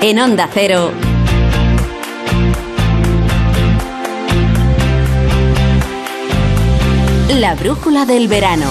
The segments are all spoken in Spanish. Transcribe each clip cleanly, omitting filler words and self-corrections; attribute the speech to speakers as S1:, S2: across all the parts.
S1: En Onda Cero. La brújula del verano.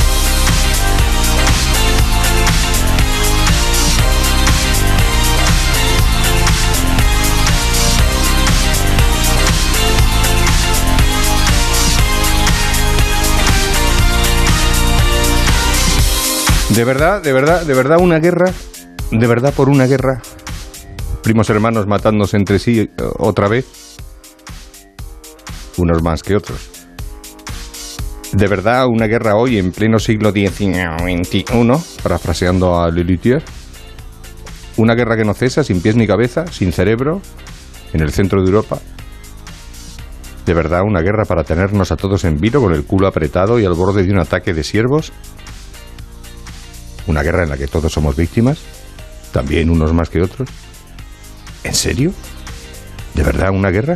S2: De verdad una guerra, de verdad por una guerra, primos hermanos matándose entre sí otra vez, unos más que otros. De verdad una guerra hoy en pleno siglo XXI, parafraseando a Lelutier, una guerra que no cesa, sin pies ni cabeza, sin cerebro, en el centro de Europa. De verdad una guerra para tenernos a todos en vilo con el culo apretado y al borde de un ataque de siervos. Una guerra en la que todos somos víctimas, también unos más que otros. ¿En serio? ¿De verdad una guerra?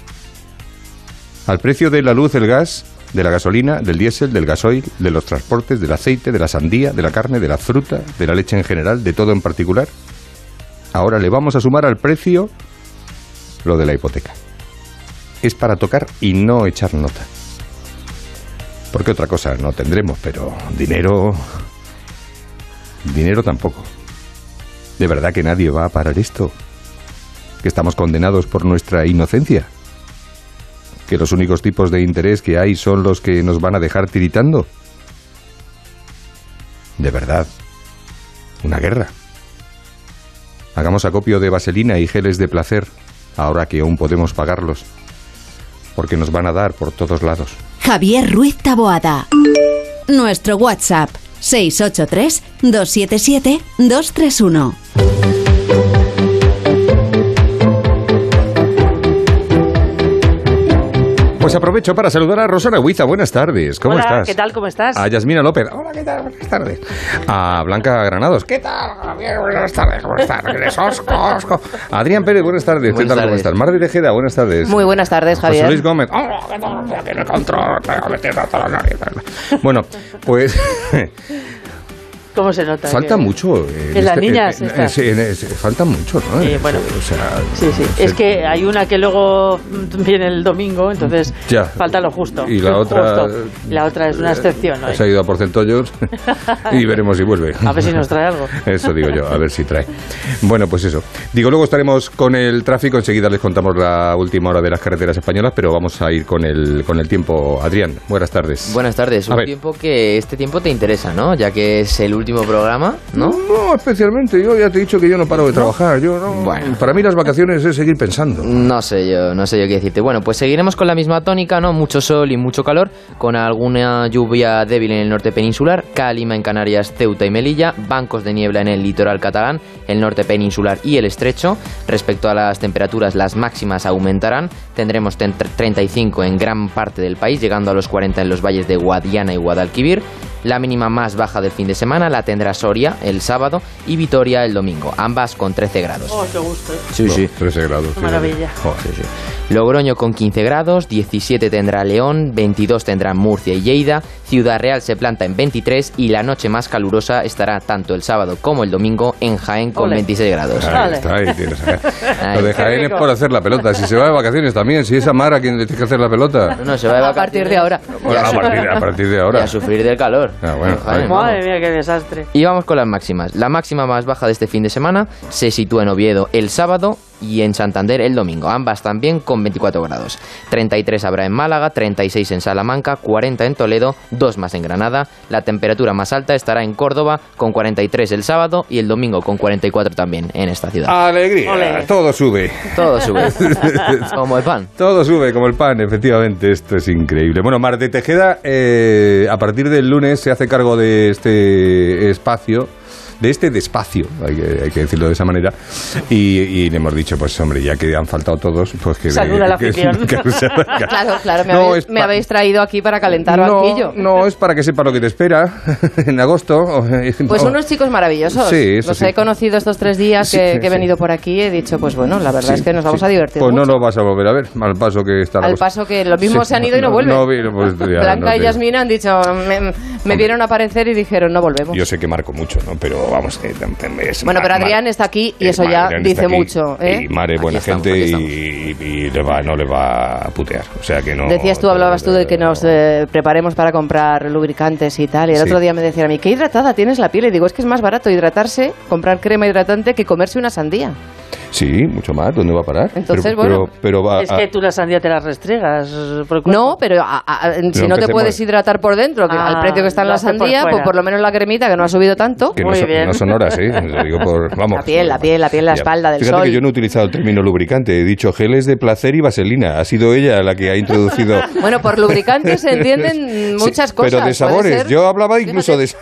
S2: Al precio de la luz, el gas, de la gasolina, del diésel, del gasoil, de los transportes, del aceite, de la sandía, de la carne, de la fruta, de la leche en general, de todo en particular. Ahora le vamos a sumar al precio lo de la hipoteca. Es para tocar y no echar nota. Porque otra cosa no tendremos, pero dinero tampoco. ¿De verdad que nadie va a parar esto? ¿Que estamos condenados por nuestra inocencia? ¿Que los únicos tipos de interés que hay son los que nos van a dejar tiritando? ¿De verdad? ¿Una guerra? Hagamos acopio de vaselina y geles de placer, ahora que aún podemos pagarlos, porque nos van a dar por todos lados.
S1: Javier Ruiz Taboada. Nuestro WhatsApp 683-277-231.
S2: Pues aprovecho para saludar a Rosana Huiza. Buenas tardes. ¿Cómo estás?
S3: Hola, ¿qué tal? ¿Cómo estás?
S2: A Yasmina López. Hola, ¿qué tal? Buenas tardes. A Blanca Granados. ¿Qué tal, Javier? Buenas tardes. ¿Cómo estás? Osco. A Adrián Pérez. Buenas tardes. ¿Qué tal? ¿Cómo estás? Mardi Tejeda. Buenas tardes.
S4: Muy buenas tardes, Javier.
S2: José Luis Gómez. Hola, ¿qué tal? Tiene el control. Bueno, pues...
S3: ¿Cómo se nota?
S2: Falta mucho.
S3: En las niñas
S2: falta mucho, ¿no?
S3: Bueno,
S2: o sea,
S3: sí. Es que hay una que luego viene el domingo, entonces
S2: ya.
S3: Falta lo justo.
S2: Y la otra...
S3: La otra es una excepción, ¿no?
S2: Se ha ido a Porcentollos y veremos si vuelve.
S3: A ver si nos trae algo.
S2: Eso digo yo, a ver si trae. Bueno, pues eso. Digo, luego estaremos con el tráfico. Enseguida les contamos la última hora de las carreteras españolas, pero vamos a ir con el tiempo. Adrián, buenas tardes.
S4: Buenas tardes. Este tiempo te interesa, ¿no? Ya que es el último programa, ¿no?
S2: No, especialmente. Yo ya te he dicho que yo no paro de trabajar. Yo no. Bueno. Para mí las vacaciones es seguir pensando.
S4: No sé yo qué decirte. Bueno, pues seguiremos con la misma tónica, ¿no? Mucho sol y mucho calor, con alguna lluvia débil en el norte peninsular, calima en Canarias, Ceuta y Melilla, bancos de niebla en el litoral catalán, el norte peninsular y el estrecho. Respecto a las temperaturas, las máximas aumentarán. Tendremos 35 en gran parte del país, llegando a los 40 en los valles de Guadiana y Guadalquivir. La mínima más baja del fin de semana la tendrá Soria el sábado y Vitoria el domingo, ambas con 13 grados.
S3: ¡Oh, qué gusto!
S4: Sí.
S2: 13 grados.
S3: Qué maravilla.
S2: Sí.
S4: Logroño con 15 grados, 17 tendrá León, 22 tendrá Murcia y Lleida, Ciudad Real se planta en 23 y la noche más calurosa estará tanto el sábado como el domingo en Jaén con 26 grados.
S2: Ahí tienes. Lo de Jaén es por hacer la pelota. Si se va de vacaciones también, si es a Mara quien le tiene que hacer la pelota.
S4: No, se va de vacaciones.
S3: A partir de ahora.
S2: Bueno, a partir de ahora.
S4: Y a sufrir del calor.
S2: Bueno,
S3: Madre mía, qué desastre.
S4: Y vamos con las máximas. La máxima más baja de este fin de semana se sitúa en Oviedo el sábado y en Santander el domingo, ambas también con 24 grados. 33 habrá en Málaga, 36 en Salamanca, 40 en Toledo, 2 más en Granada. La temperatura más alta estará en Córdoba con 43 el sábado y el domingo con 44 también en esta ciudad.
S2: ¡Alegría! Olé. Todo sube.
S4: Como el pan.
S2: Todo sube como el pan, efectivamente. Esto es increíble. Bueno, Marta Tejeda, a partir del lunes se hace cargo de este espacio. De este despacio, hay que decirlo de esa manera, y le hemos dicho, pues hombre, ya que han faltado todos, pues que...
S3: Saluda a la afición.
S4: Claro, me habéis traído aquí para calentar banquillo.
S2: No, es para que sepa lo que te espera en agosto.
S5: Pues unos chicos maravillosos.
S2: Sí,
S5: los he conocido estos 3 días que he venido por aquí, he dicho, pues bueno, la verdad es que nos vamos a divertir
S2: pues
S5: mucho.
S2: No lo vas a volver a ver, al paso que está la
S5: Al
S2: cosa.
S5: paso que los mismos se han ido y no vuelven.
S2: Pues,
S5: Blanca y Yasmina han dicho, me vieron aparecer y dijeron, no volvemos.
S2: Yo sé que marco mucho, ¿no? Pero vamos,
S5: bueno, pero Adrián está aquí y eso ya dice mucho, ¿eh?
S2: Y Mare, buena gente, y no le va a putear. O sea que no.
S5: Hablabas tú de que nos preparemos para comprar lubricantes y tal. Y el otro día me decían a mí, qué hidratada tienes la piel. Y digo, es que es más barato hidratarse, comprar crema hidratante, que comerse una sandía.
S2: Sí, mucho más. ¿Dónde va a parar?
S5: Entonces,
S3: pero es que tú la sandía te la restregas.
S5: No, pero si no te puedes hidratar por dentro, que al precio que está en la sandía, pues por lo menos la cremita, que no ha subido tanto.
S2: Que no son horas, ¿eh? Lo digo vamos,
S5: la piel, la espalda del sol.
S2: Fíjate que yo no he utilizado el término lubricante. He dicho geles de placer y vaselina. Ha sido ella la que ha introducido...
S5: Bueno, por lubricante se entienden muchas cosas.
S2: Pero de sabores. Yo hablaba incluso de...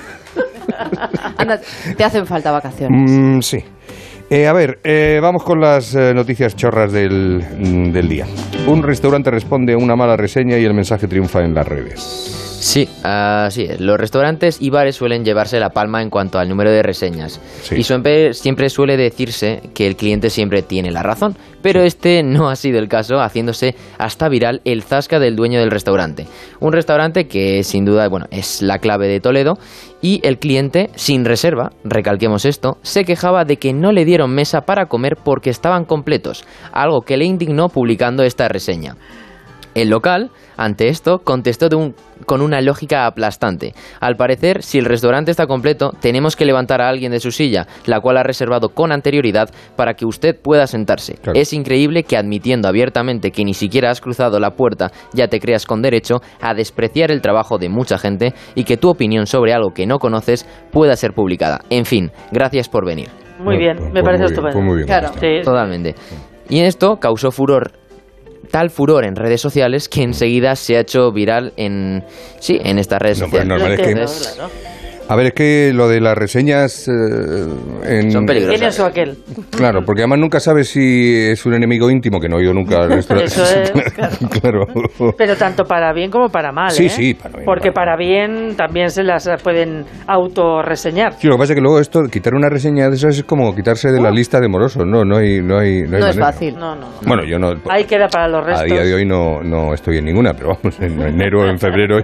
S5: Anda, te hacen falta vacaciones.
S2: Sí. A ver, vamos con las noticias chorras del día. Un restaurante responde a una mala reseña y el mensaje triunfa en las redes.
S4: Sí, así es. Los restaurantes y bares suelen llevarse la palma en cuanto al número de reseñas. Sí. Y siempre suele decirse que el cliente siempre tiene la razón. Pero este no ha sido el caso, haciéndose hasta viral el zasca del dueño del restaurante. Un restaurante que sin duda, es la clave de Toledo. Y el cliente, sin reserva, recalquemos esto, se quejaba de que no le dieron mesa para comer porque estaban completos, algo que le indignó publicando esta reseña. El local, ante esto, contestó con una lógica aplastante. Al parecer, si el restaurante está completo, tenemos que levantar a alguien de su silla, la cual ha reservado con anterioridad para que usted pueda sentarse. Claro. Es increíble que admitiendo abiertamente que ni siquiera has cruzado la puerta, ya te creas con derecho a despreciar el trabajo de mucha gente y que tu opinión sobre algo que no conoces pueda ser publicada. En fin, gracias por venir.
S3: Muy bien, me parece estupendo.
S2: Muy bien,
S5: claro.
S3: Sí.
S4: Totalmente. Y esto causó tal furor en redes sociales que enseguida se ha hecho viral en estas redes sociales.
S2: Normal,
S3: claro.
S2: A ver, es que lo de las reseñas
S4: son peligrosas.
S3: ¿Quién es o aquel?
S2: Claro, porque además nunca sabes si es un enemigo íntimo, que no he ido nunca al restaurante.
S3: Eso es,
S2: claro.
S3: Pero tanto para bien como para mal,
S2: Sí,
S3: ¿eh?
S2: sí, para bien.
S3: Porque para bien también se las pueden autorreseñar.
S2: Sí, lo que pasa es que luego quitar una reseña de esas es como quitarse de la lista de morosos. No hay
S5: es fácil.
S3: No.
S2: Bueno, yo no.
S3: Ahí queda para los restos.
S2: A día de hoy no estoy en ninguna, pero vamos, en enero, en febrero,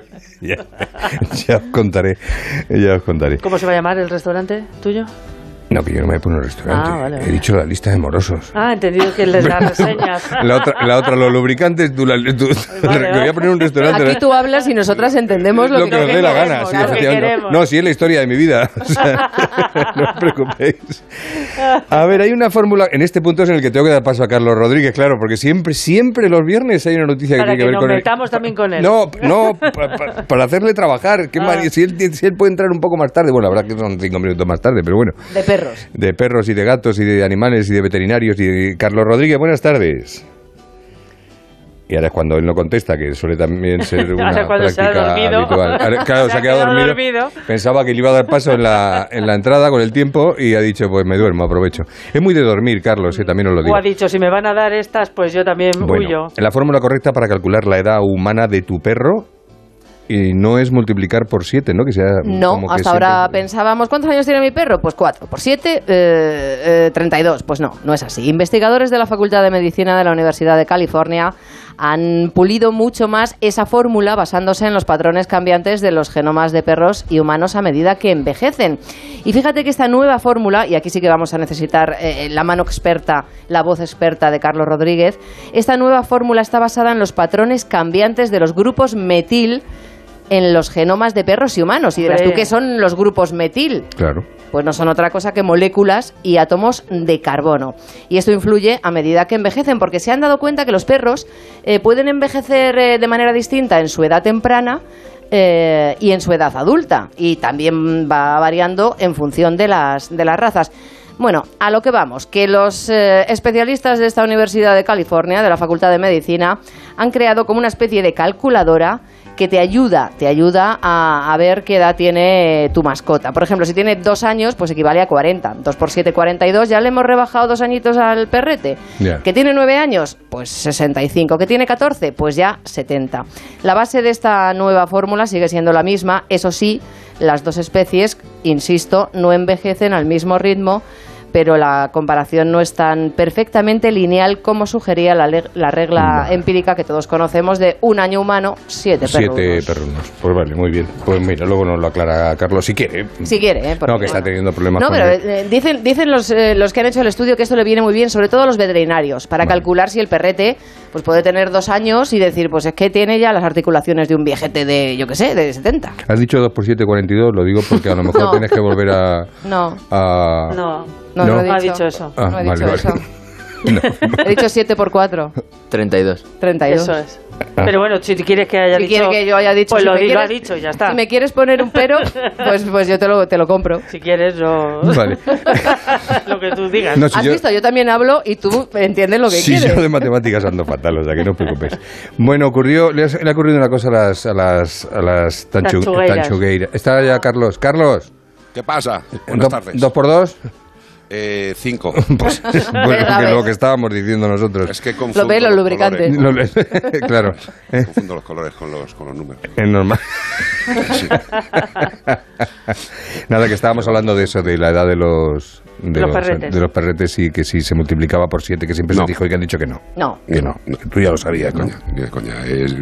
S2: ya os contaré.
S3: ¿Cómo se va a llamar el restaurante tuyo?
S2: No, que yo no me pongo en un restaurante.
S3: Vale.
S2: He dicho la lista de morosos.
S3: Entendido que les da reseñas.
S2: La otra, los lubricantes, voy a poner un restaurante.
S5: Aquí tú hablas y nosotras entendemos lo que
S2: nos dé la gana. Sí, no, sí, es la historia de mi vida. O sea, no os preocupéis. A ver, hay una fórmula. En este punto es en el que tengo que dar paso a Carlos Rodríguez, claro, porque siempre los viernes hay una noticia que tiene que ver con él.
S3: Para que nos metamos también con él.
S2: No, para hacerle trabajar. Si él puede entrar un poco más tarde. Bueno, la verdad que son 5 minutos más tarde, pero bueno. De perros y de gatos y de animales y de veterinarios. Y Carlos Rodríguez, buenas tardes. Y ahora es cuando él no contesta, que suele también ser una práctica habitual. Ahora, claro, se ha quedado dormido. Pensaba que le iba a dar paso en la entrada con el tiempo y ha dicho, pues me duermo, aprovecho. Es muy de dormir, Carlos, también os lo digo.
S3: O ha dicho, si me van a dar estas, pues yo también huyo.
S2: La fórmula correcta para calcular la edad humana de tu perro... Y no es multiplicar por 7, ¿no?
S5: No, hasta ahora pensábamos, ¿cuántos años tiene mi perro? Pues 4. Por 7, 32. Pues no es así. Investigadores de la Facultad de Medicina de la Universidad de California han pulido mucho más esa fórmula basándose en los patrones cambiantes de los genomas de perros y humanos a medida que envejecen. Y fíjate que esta nueva fórmula, y aquí sí que vamos a necesitar la mano experta, la voz experta de Carlos Rodríguez, esta nueva fórmula está basada en los patrones cambiantes de los grupos metil en los genomas de perros y humanos. Y dirás, ¿tú qué son los grupos metil?
S2: Claro.
S5: Pues no son otra cosa que moléculas y átomos de carbono. Y esto influye a medida que envejecen, porque se han dado cuenta que los perros pueden envejecer de manera distinta en su edad temprana y en su edad adulta. Y también va variando en función de las razas. Bueno, a lo que vamos, que los especialistas de esta Universidad de California, de la Facultad de Medicina, han creado como una especie de calculadora que te ayuda a ver qué edad tiene tu mascota. Por ejemplo, si tiene 2 años, pues equivale a 40. 2 por 7, 42. Ya le hemos rebajado 2 añitos al perrete. Yeah. ¿Que tiene 9 años? Pues 65. ¿Que tiene 14? Pues ya 70. La base de esta nueva fórmula sigue siendo la misma. Eso sí, las dos especies, insisto, no envejecen al mismo ritmo, pero la comparación no es tan perfectamente lineal como sugería la regla empírica que todos conocemos de un año humano, 7 perrunos.
S2: 7 perrunos. Pues vale, muy bien. Pues mira, luego nos lo aclara Carlos si quiere.
S5: Si quiere,
S2: No, que está teniendo problemas
S5: no,
S2: con
S5: pero
S2: él.
S5: dicen los que han hecho el estudio que esto le viene muy bien, sobre todo a los veterinarios, para calcular si el perrete pues puede tener 2 años y decir, pues es que tiene ya las articulaciones de un viejete de, yo qué sé, de 70.
S2: Has dicho 2 por 7, 42, lo digo porque a lo mejor tienes que volver a...
S5: No he dicho
S3: eso.
S5: No he dicho
S2: vale.
S5: eso.
S2: No.
S5: He dicho 7 por 4.
S4: 32.
S3: Eso es. Pero bueno, si quieres que haya
S5: si
S3: dicho...
S5: quieres que yo haya dicho...
S3: Pues
S5: si
S3: lo
S5: me
S3: digo,
S5: quieres,
S3: ha dicho y ya está.
S5: Si me quieres poner un pero, pues yo te lo compro.
S3: Si quieres, yo...
S2: Vale.
S3: Lo que tú digas.
S2: No, si
S5: ¿Has visto? Yo también hablo y tú entiendes lo que
S2: Sí,
S5: quieres.
S2: yo de matemáticas ando fatal, o sea que no os preocupéis. Bueno, le ha ocurrido una cosa a las tanchugueiras. ¿Está ya Carlos? ¿Carlos?
S6: ¿Qué pasa? Buenas tardes.
S2: 2 por 2.
S6: 5.
S2: Pues lo que estábamos diciendo nosotros.
S6: Es que confundo
S5: Lo ve los lubricantes.
S2: Claro.
S6: Confundo los colores con los números.
S2: Es normal.
S6: Sí.
S2: Nada, que estábamos hablando de eso, de la edad de los perretes y que si se multiplicaba por 7, que siempre se dijo y que han dicho que no.
S5: No.
S2: Que no. Tú ya lo sabías, ¿no?
S6: Ni de coña.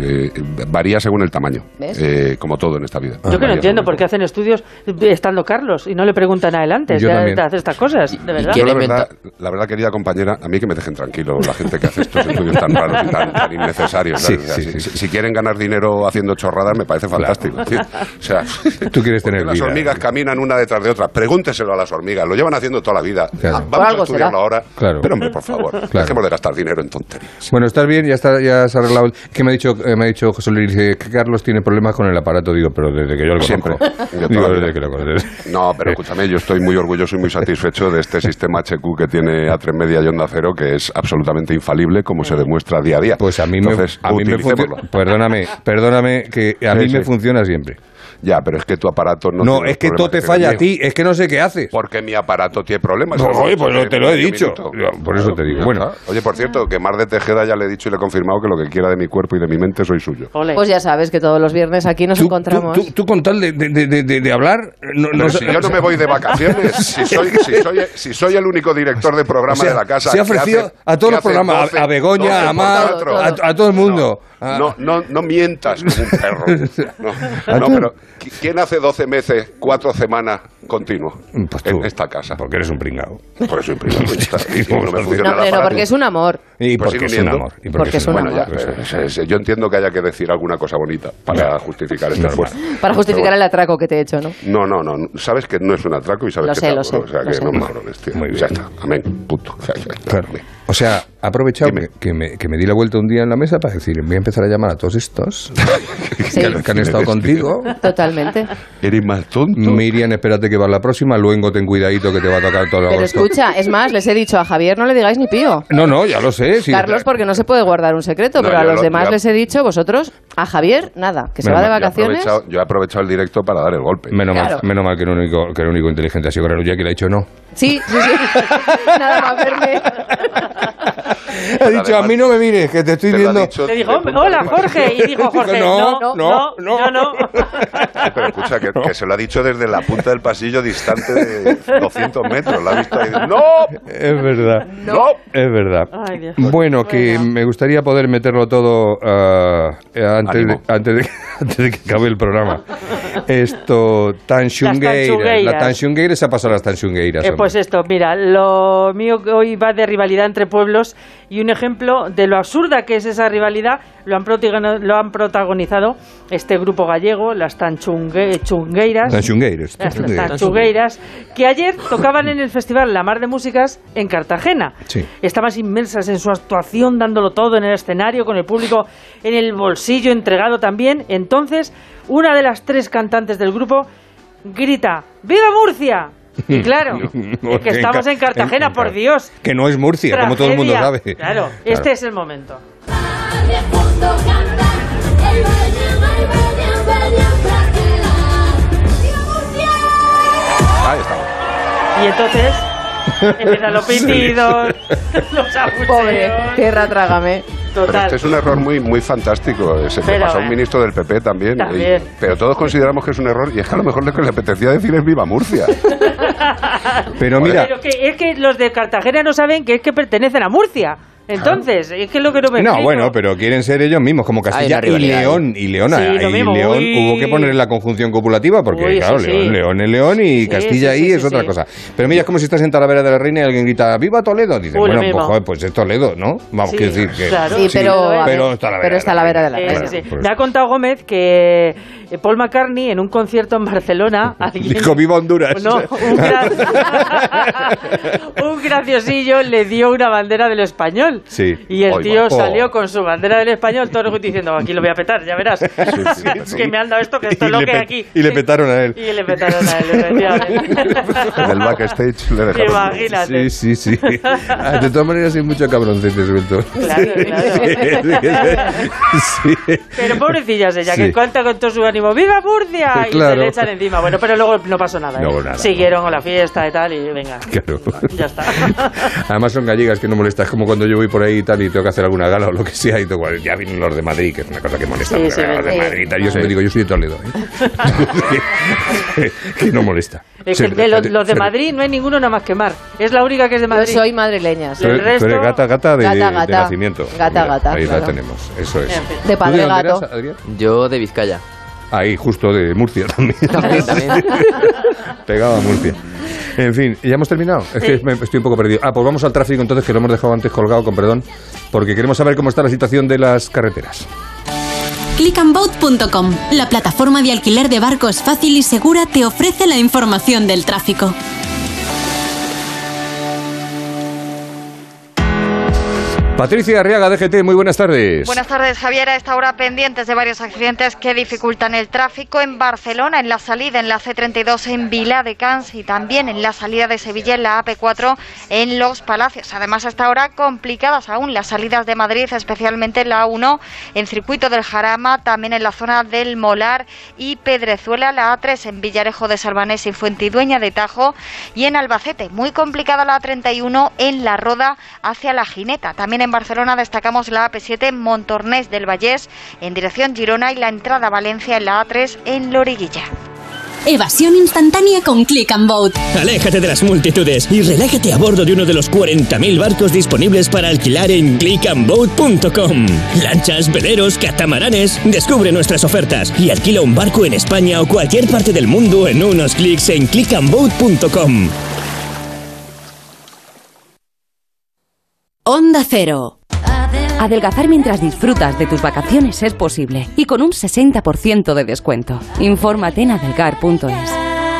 S6: Varía según el tamaño.
S5: ¿Ves?
S6: Como todo en esta vida.
S3: Yo que no entiendo por qué hacen estudios estando Carlos y no le preguntan a él antes
S2: Yo
S3: de
S2: también.
S3: hacer estas cosas, de verdad.
S6: Yo, la verdad, querida compañera, a mí que me dejen tranquilo la gente que hace estos estudios tan raros y tan innecesarios.
S2: Sí,
S6: ¿sabes? O sea,
S2: sí.
S6: Si quieren ganar dinero haciendo chorradas, me parece fantástico. ¿Sí? O sea,
S2: Tú quieres tener
S6: las
S2: vida.
S6: hormigas caminan una detrás de otra. Pregúnteselo a las hormigas, lo llevan haciendo toda la vida.
S2: Claro.
S6: Vamos
S5: algo
S6: a estudiarlo
S5: será.
S6: ahora.
S2: Claro.
S6: Pero hombre, por favor, dejemos de gastar dinero en tonterías.
S2: Bueno, ¿estás bien? Ya se ha arreglado. Que me ha dicho José Luis, dice que Carlos tiene problemas con el aparato. Digo, pero desde que yo lo
S6: Siempre.
S2: conozco.
S6: Yo
S2: Digo,
S6: toda la
S2: desde
S6: vida.
S2: que lo conozco.
S6: No, pero escúchame, yo estoy muy orgulloso y muy satisfecho de este sistema HQ que tiene A3 Media y Onda Cero, que es absolutamente infalible, como se demuestra día a día.
S2: Pues a mí
S6: Entonces,
S2: me
S6: utilicémoslo.
S2: funciona. Perdóname, que a mí
S6: Sí.
S2: me funciona siempre.
S6: Ya, pero es que tu aparato no
S2: No,
S6: tiene
S2: es que
S6: los
S2: todo te
S6: problemas
S2: falla a
S6: que tiene el
S2: ti. Es que no sé qué haces.
S6: mío. Porque mi aparato tiene problemas.
S2: No, oye, pues te lo he
S6: Medio
S2: dicho.
S6: minuto.
S2: Por eso te digo.
S6: Ya
S2: Bueno.
S6: está. Oye, por cierto, que Mar de Tejeda ya le he dicho y le he confirmado que lo que quiera de mi cuerpo y de mi mente soy suyo.
S3: Ole.
S5: Pues ya sabes que todos los viernes aquí nos encontramos.
S2: Tú con tal de hablar...
S6: Pero si yo no me voy de vacaciones, si soy el único director de programa
S2: O sea,
S6: de la casa.
S2: se ha
S6: que
S2: ofrecido
S6: hace-
S2: a todos
S6: que
S2: los
S6: hace
S2: programas,
S6: 12,
S2: a Begoña,
S6: 12
S2: a Mar,
S6: por 4.
S2: a todo el mundo.
S6: No mientas como un perro. No, pero ¿quién hace 12 meses, 4 semanas continuo
S2: Pues tú,
S6: en esta casa?
S2: porque eres un pringao.
S6: Por eso imprimo. No me funciona
S5: No,
S6: el
S5: pero
S6: aparato.
S5: porque es un amor.
S2: Y
S6: Pues
S2: porque
S6: sigo
S2: es un
S6: viendo.
S2: amor. Y
S5: Porque es un
S6: Bueno,
S5: amor.
S6: ya, yo entiendo que haya que decir alguna cosa bonita para justificar este
S2: Normal.
S6: esfuerzo.
S5: Para justificar el atraco que te he hecho, ¿no?
S6: No, sabes que no es un atraco y sabes
S5: Lo
S6: que
S5: sé,
S6: te
S5: lo
S6: adoro,
S5: sé,
S6: o sea
S5: lo
S6: que
S5: sé.
S6: no me jorones, tío.
S2: Muy bien.
S6: Ya está, amén, punto. O sea, ya está,
S2: Claro.
S6: amén.
S2: O sea, ha aprovechado
S6: Dime.
S2: que me di la vuelta un día en la mesa para decir, voy a empezar a llamar a todos estos
S5: Sí.
S2: que han estado contigo.
S5: Totalmente.
S6: Eres más tonto.
S2: Miriam, espérate que va la próxima. Luego ten cuidadito que te va a tocar todo
S5: Pero
S2: agosto.
S5: escucha, es más, les he dicho a Javier no le digáis ni pío.
S2: No, ya lo sé. Sí,
S5: Carlos, porque no se puede guardar un secreto,
S6: No,
S5: pero a
S6: yo
S5: los demás
S6: yo-
S5: les he dicho, vosotros, a Javier, nada, que se
S2: Menos
S5: va de
S2: mal,
S5: vacaciones.
S6: Yo he aprovechado el directo para dar el golpe.
S2: Menos
S5: Claro.
S2: mal que el único inteligente ha sido Granulla, que le ha dicho no.
S5: Sí. Nada más verme.
S2: Ha dicho, a mí no me mires, que te estoy
S6: Te lo ha
S2: viendo.
S6: dicho
S3: Le dijo,
S6: desde el punto
S3: hola
S6: de-
S3: Jorge, y dijo Jorge,
S2: No,
S3: no, yo no.
S6: Pero escucha, que se lo ha dicho desde la punta del pasillo distante de 200 metros. La ha visto ahí. ¡No!
S2: Es verdad.
S6: ¡No!
S2: Es verdad.
S3: Ay, Dios.
S2: Bueno, que
S3: Bueno.
S2: me gustaría poder meterlo todo
S6: Ánimo.
S2: antes de que acabe el programa. Esto,
S3: tanchungueiras.
S2: La tanchungueira se ha pasado a las tanchungueiras.
S3: Pues esto, mira, lo mío hoy va de rivalidad entre pueblos y un ejemplo de lo absurda que es esa rivalidad lo han protagonizado este grupo gallego, las tanchungueiras.
S2: Tanchungueiras.
S3: Las tanchungueiras, que ayer tocaban en el festival La Mar de Músicas en Cartagena.
S2: Sí.
S3: Estaban inmersas en su actuación, dándolo todo en el escenario, con el público en el bolsillo, entregado también. Entonces, una de las 3 cantantes del grupo grita ¡Viva Murcia! Y claro, es que estamos en Cartagena, por Dios.
S2: Que no es Murcia, como todo el mundo
S3: Tragedia.
S2: sabe.
S3: Claro, este es el momento.
S6: Ahí estamos.
S3: Y entonces empiezan los pitidos, los abucheos.
S5: Pobre, tierra trágame.
S6: Pero
S3: Total.
S6: este es un error muy, muy fantástico. Se le pasó a un ministro del PP también. Pero todos consideramos que es un error y es que a lo mejor lo que le apetecía decir es ¡Viva Murcia!
S2: Pero mira...
S3: Pero es que los de Cartagena no saben que es que pertenecen a Murcia. Entonces, es que es lo que no me
S2: No,
S3: explico.
S2: bueno, pero quieren ser ellos mismos, como Castilla
S4: Hay una
S2: y
S4: rivalidad
S2: León. Y León,
S3: Sí, lo mismo.
S2: León
S3: Uy.
S2: hubo que poner la conjunción copulativa, porque
S3: Uy,
S2: claro,
S3: sí,
S2: León,
S3: sí.
S2: León es León y
S3: Sí,
S2: Castilla
S3: sí,
S2: ahí
S3: sí,
S2: es
S3: sí,
S2: otra
S3: sí.
S2: cosa. Pero mira, es como si estás en Talavera de la Reina y alguien grita ¡Viva Toledo! Dice,
S3: Uy, lo
S2: bueno,
S3: mismo.
S2: pues, joder, pues es Toledo, ¿no? Vamos,
S3: Sí,
S2: quiero decir que...
S3: claro.
S5: Sí, pero
S2: es
S5: está la vera de la
S3: Sí,
S5: reina.
S3: sí, sí.
S2: Pues-
S3: Me ha contado Gómez que Paul McCartney en un concierto en Barcelona alguien-
S2: Dijo ¡Viva Honduras!
S3: No, un graciosillo le dio una bandera del español.
S2: Sí.
S3: Y el
S6: Oiga.
S3: tío
S2: Oh.
S3: salió con su bandera del español, todo el diciendo, aquí lo voy a petar, ya verás. Que me han dado esto, que esto es lo que hay aquí.
S2: Y le petaron a él.
S3: Y le petaron a él, efectivamente.
S6: En el backstage le dejaron.
S3: Imagínate.
S2: Sí. Ah, de todas maneras hay mucho cabroncete suelto.
S3: Claro, claro.
S2: Sí.
S3: Pero pobrecillas ella,
S2: Sí.
S3: que cuenta con todo su ánimo, ¡viva Murcia! Y
S2: Claro.
S3: se le echan encima. Bueno, pero luego no pasó nada.
S2: No,
S3: ¿eh?
S2: nada.
S3: Siguieron con la fiesta y tal, y venga.
S2: Claro.
S3: Ya está.
S2: Además son gallegas que no molesta. Es como cuando yo voy por ahí y tal y tengo que hacer alguna gala o lo que sea y todo, ya vienen los de Madrid, que es una cosa que molesta.
S3: Sí,
S2: porque
S3: sí,
S2: los de
S3: sí.
S2: Madrid y tal. Yo siempre digo, yo soy de Toledo. Que no molesta.
S3: Es que de los de Madrid no hay ninguno nada más que Mar. Es la única que es de
S5: Yo
S3: Madrid.
S5: soy madrileña. sí.
S2: Tú
S3: El resto-
S2: eres gata de
S5: Gata.
S2: nacimiento.
S5: Gata,
S2: Mira,
S5: gata,
S2: ahí
S5: claro.
S2: la tenemos, eso es.
S3: En fin.
S5: De padre
S2: ¿Tú dónde
S5: gato.
S2: eras, Adrián?
S4: Yo de Vizcaya.
S2: Ahí, justo de Murcia también.
S4: También.
S2: Pegado a Murcia. En fin, ¿ya hemos terminado? Es que estoy un poco perdido. Pues vamos al tráfico entonces, que lo hemos dejado antes colgado, con perdón, porque queremos saber cómo está la situación de las carreteras.
S7: Clickandboat.com, la plataforma de alquiler de barcos fácil y segura, te ofrece la información del tráfico.
S2: Patricia Arriaga, DGT, muy buenas tardes.
S8: Buenas tardes, Javier. A esta hora pendientes de varios accidentes que dificultan el tráfico en Barcelona, en la salida en la C32 en Viladecans y también en la salida de Sevilla en la AP4 en Los Palacios. Además, hasta ahora complicadas aún las salidas de Madrid, especialmente en la A1 en Circuito del Jarama, también en la zona del Molar y Pedrezuela, la A3 en Villarejo de Salvanés y Fuentidueña de Tajo y en Albacete. Muy complicada la A31 en La Roda hacia La Gineta. También en Barcelona destacamos la AP7 en Montornès del Vallès en dirección Girona y la entrada a Valencia en la A3 en Loriguilla.
S7: Evasión instantánea con Click and Boat.
S9: Aléjate de las multitudes y relájate a bordo de uno de los 40.000 barcos disponibles para alquilar en clickandboat.com. Lanchas, veleros, catamaranes. Descubre nuestras ofertas y alquila un barco en España o cualquier parte del mundo en unos clics en clickandboat.com.
S1: Onda Cero.
S10: Adelgazar mientras disfrutas de tus vacaciones es posible y con un 60% de descuento. Infórmate en adelgar.es.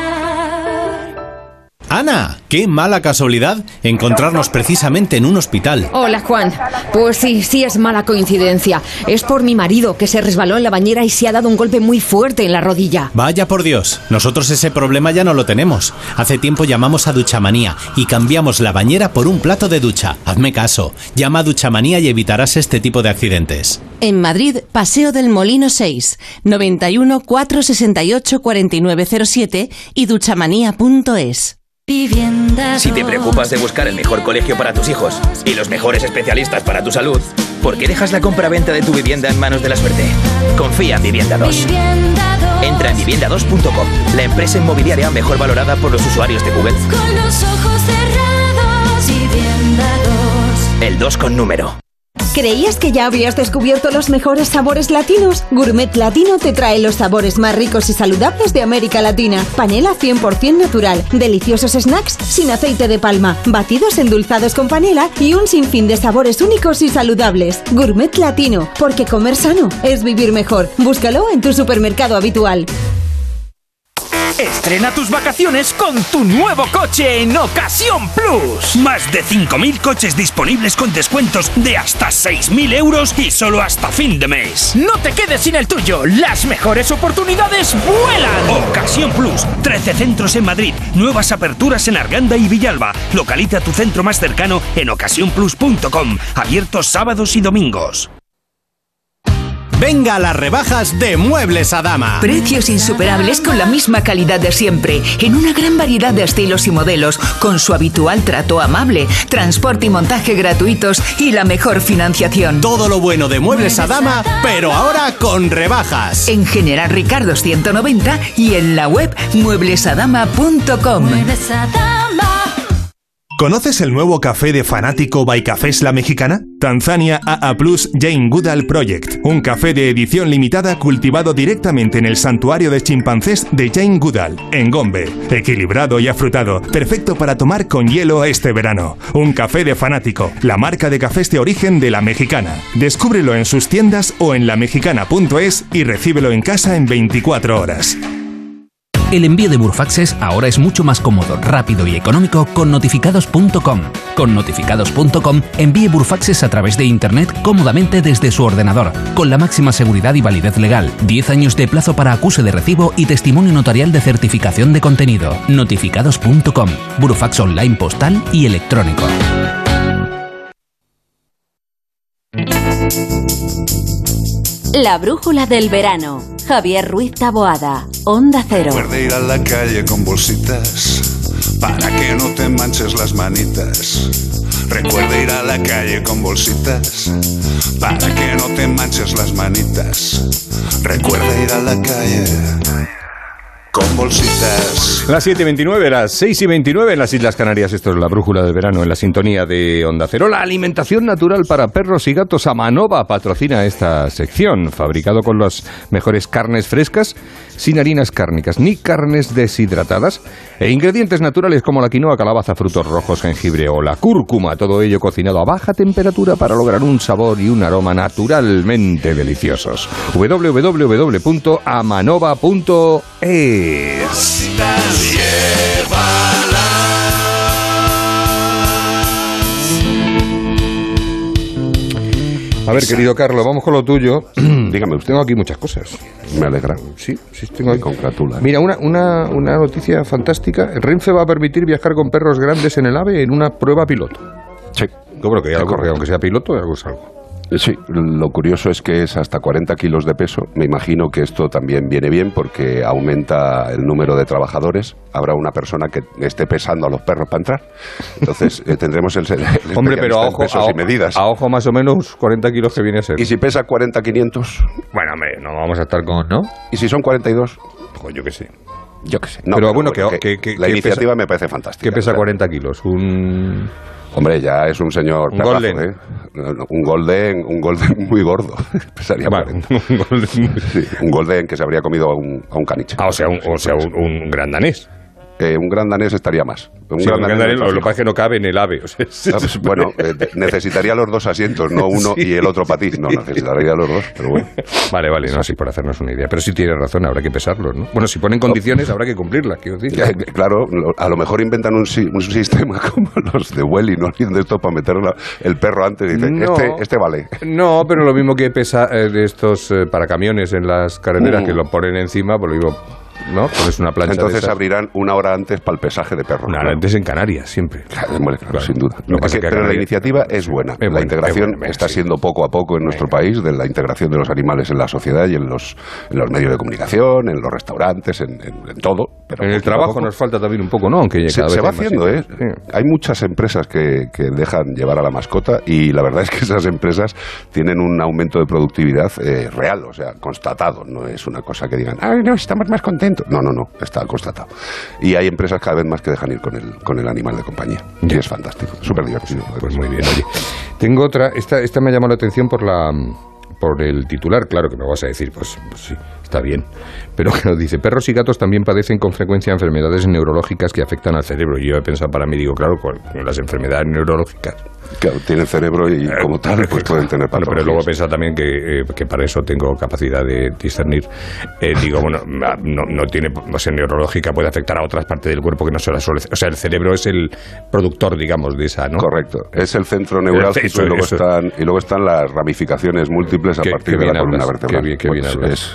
S11: Ana, qué mala casualidad encontrarnos precisamente en un hospital.
S12: Hola, Juan. Pues sí es mala coincidencia. Es por mi marido, que se resbaló en la bañera y se ha dado un golpe muy fuerte en la rodilla.
S11: Vaya por Dios, nosotros ese problema ya no lo tenemos. Hace tiempo llamamos a Duchamanía y cambiamos la bañera por un plato de ducha. Hazme caso, llama a Duchamanía y evitarás este tipo de accidentes.
S13: En Madrid, Paseo del Molino 6, 91 468 4907 y duchamanía.es.
S14: Si te preocupas de buscar el mejor colegio para tus hijos y los mejores especialistas para tu salud, ¿por qué dejas la compra-venta de tu vivienda en manos de la suerte? Confía en Vivienda 2. Entra en vivienda2.com, la empresa inmobiliaria mejor valorada por los usuarios de Google.
S15: Con los ojos cerrados, Vivienda 2.
S14: El 2 con número.
S16: ¿Creías que ya habías descubierto los mejores sabores latinos? Gourmet Latino te trae los sabores más ricos y saludables de América Latina. Panela 100% natural, deliciosos snacks sin aceite de palma, batidos endulzados con panela y un sinfín de sabores únicos y saludables. Gourmet Latino, porque comer sano es vivir mejor. Búscalo en tu supermercado habitual.
S17: Estrena tus vacaciones con tu nuevo coche en Ocasión Plus. Más de 5.000 coches disponibles con descuentos de hasta 6.000 euros y solo hasta fin de mes. No te quedes sin el tuyo. Las mejores oportunidades vuelan. Ocasión Plus. 13 centros en Madrid. Nuevas aperturas en Arganda y Villalba. Localiza tu centro más cercano en ocasiónplus.com. Abiertos sábados y domingos.
S11: Venga a las rebajas de Muebles a Dama.
S18: Precios insuperables con la misma calidad de siempre, en una gran variedad de estilos y modelos, con su habitual trato amable, transporte y montaje gratuitos y la mejor financiación.
S11: Todo lo bueno de Muebles a Dama, pero ahora con rebajas.
S18: En General Ricardo 190 y en la web mueblesadama.com.
S19: ¿Conoces el nuevo café de Fanático by Cafés La Mexicana? Tanzania AA Plus Jane Goodall Project, un café de edición limitada cultivado directamente en el santuario de chimpancés de Jane Goodall, en Gombe. Equilibrado y afrutado, perfecto para tomar con hielo este verano. Un café de Fanático, la marca de cafés de origen de La Mexicana. Descúbrelo en sus tiendas o en lamexicana.es y recíbelo en casa en 24 horas.
S20: El envío de Burfaxes ahora es mucho más cómodo, rápido y económico con notificados.com. Con notificados.com envíe Burfaxes a través de Internet cómodamente desde su ordenador, con la máxima seguridad y validez legal, 10 años de plazo para acuse de recibo y testimonio notarial de certificación de contenido. Notificados.com, Burfax online postal y electrónico.
S1: La brújula del verano. Javier Ruiz Taboada, Onda Cero.
S21: Recuerda ir a la calle con bolsitas para que no te manches las manitas. Recuerda ir a la calle con bolsitas para que no te manches las manitas. Recuerda ir a la calle con bolsitas.
S2: Las 7:29, las 6:29 en las Islas Canarias. Esto es la brújula del verano en la sintonía de Onda Cero. La alimentación natural para perros y gatos Amanova patrocina esta sección. Fabricado con las mejores carnes frescas, sin harinas cárnicas ni carnes deshidratadas, e ingredientes naturales como la quinoa, calabaza, frutos rojos, jengibre o la cúrcuma. Todo ello cocinado a baja temperatura para lograr un sabor y un aroma naturalmente deliciosos. www.amanova.es. A ver, querido Carlos, vamos con lo tuyo.
S6: Dígame usted.
S2: Tengo aquí muchas cosas.
S6: Me alegra.
S2: Sí, tengo aquí.
S6: Me congratula.
S2: Mira, una noticia fantástica. Renfe va a permitir viajar con perros grandes en el AVE en una prueba piloto.
S6: Sí.
S2: Bueno, que aunque sea piloto, algo es algo.
S6: Sí, lo curioso es que es hasta 40 kilos de peso. Me imagino que esto también viene bien porque aumenta el número de trabajadores. Habrá una persona que esté pesando a los perros para entrar. Entonces tendremos el
S2: hombre, pero a ojo,
S6: pesos y medidas.
S2: A ojo más o menos 40 kilos que viene a ser.
S6: ¿Y si pesa 40-500?
S2: Bueno, hombre, no vamos a estar con, ¿no?
S6: ¿Y si son 42?
S2: Pues yo qué sé.
S6: Yo qué sé. No,
S2: pero bueno,
S6: la iniciativa me parece fantástica.
S2: ¿Qué pesa 40 kilos?
S6: Hombre, ya es un señor
S2: un
S6: perrazo,
S2: golden.
S6: ¿eh? Un golden muy gordo. Pesaría un golden que se habría comido a un caniche.
S2: O sea, un gran danés.
S6: Un gran danés estaría más.
S2: Un gran danés, lo que pasa es que no cabe en el AVE. O sea,
S6: bueno, necesitaría los dos asientos, no uno y el otro para ti. No, necesitaría los dos, pero bueno.
S2: Vale, no, sí, por hacernos una idea. Pero sí tienes razón, habrá que pesarlos, ¿no? Bueno, si ponen condiciones, habrá que cumplirlas, quiero decir.
S6: Claro, a lo mejor inventan un sistema como los de Welly, ¿no? De esto para meter el perro antes y dice,
S2: no,
S6: este vale.
S2: No, pero lo mismo que pesa de estos para camiones en las carreteras que lo ponen encima, pues lo digo... ¿No? Pones una plancha.
S6: Entonces abrirán una hora antes para el pesaje de perros.
S2: Una hora antes en Canarias, siempre.
S6: Claro, sin duda. Pero la iniciativa es buena. La integración está siendo poco a poco en nuestro país, de la integración de los animales en la sociedad y en los medios de comunicación, en los restaurantes, en todo. Pero
S2: en el trabajo nos falta también un poco, ¿no? Aunque
S6: se va haciendo, ¿eh? Sí. Hay muchas empresas que dejan llevar a la mascota y la verdad es que esas empresas tienen un aumento de productividad real, o sea, constatado. No es una cosa que digan, ¡ay, no, estamos más contentos! No, está constatado. Y hay empresas cada vez más que dejan ir con el animal de compañía. Y es fantástico, súper divertido.
S2: Pues muy bien, oye. Tengo otra, esta me llamó la atención por el titular, claro que me vas a decir, pues sí, está bien. Pero que nos dice, perros y gatos también padecen con frecuencia enfermedades neurológicas que afectan al cerebro. Y yo he pensado para mí, digo, claro, con las enfermedades neurológicas.
S6: Claro, tienen cerebro y como tal, pues pueden tener patologías.
S2: Pero luego he pensado también que para eso tengo capacidad de discernir. Digo, bueno, no tiene, o sea, neurológica puede afectar a otras partes del cuerpo que no se las suele. O sea, el cerebro es el productor, digamos, de esa, ¿no?
S6: Correcto. Es el centro neurálgico y luego están las ramificaciones múltiples a partir de la columna vertebral.
S2: Qué bien
S6: es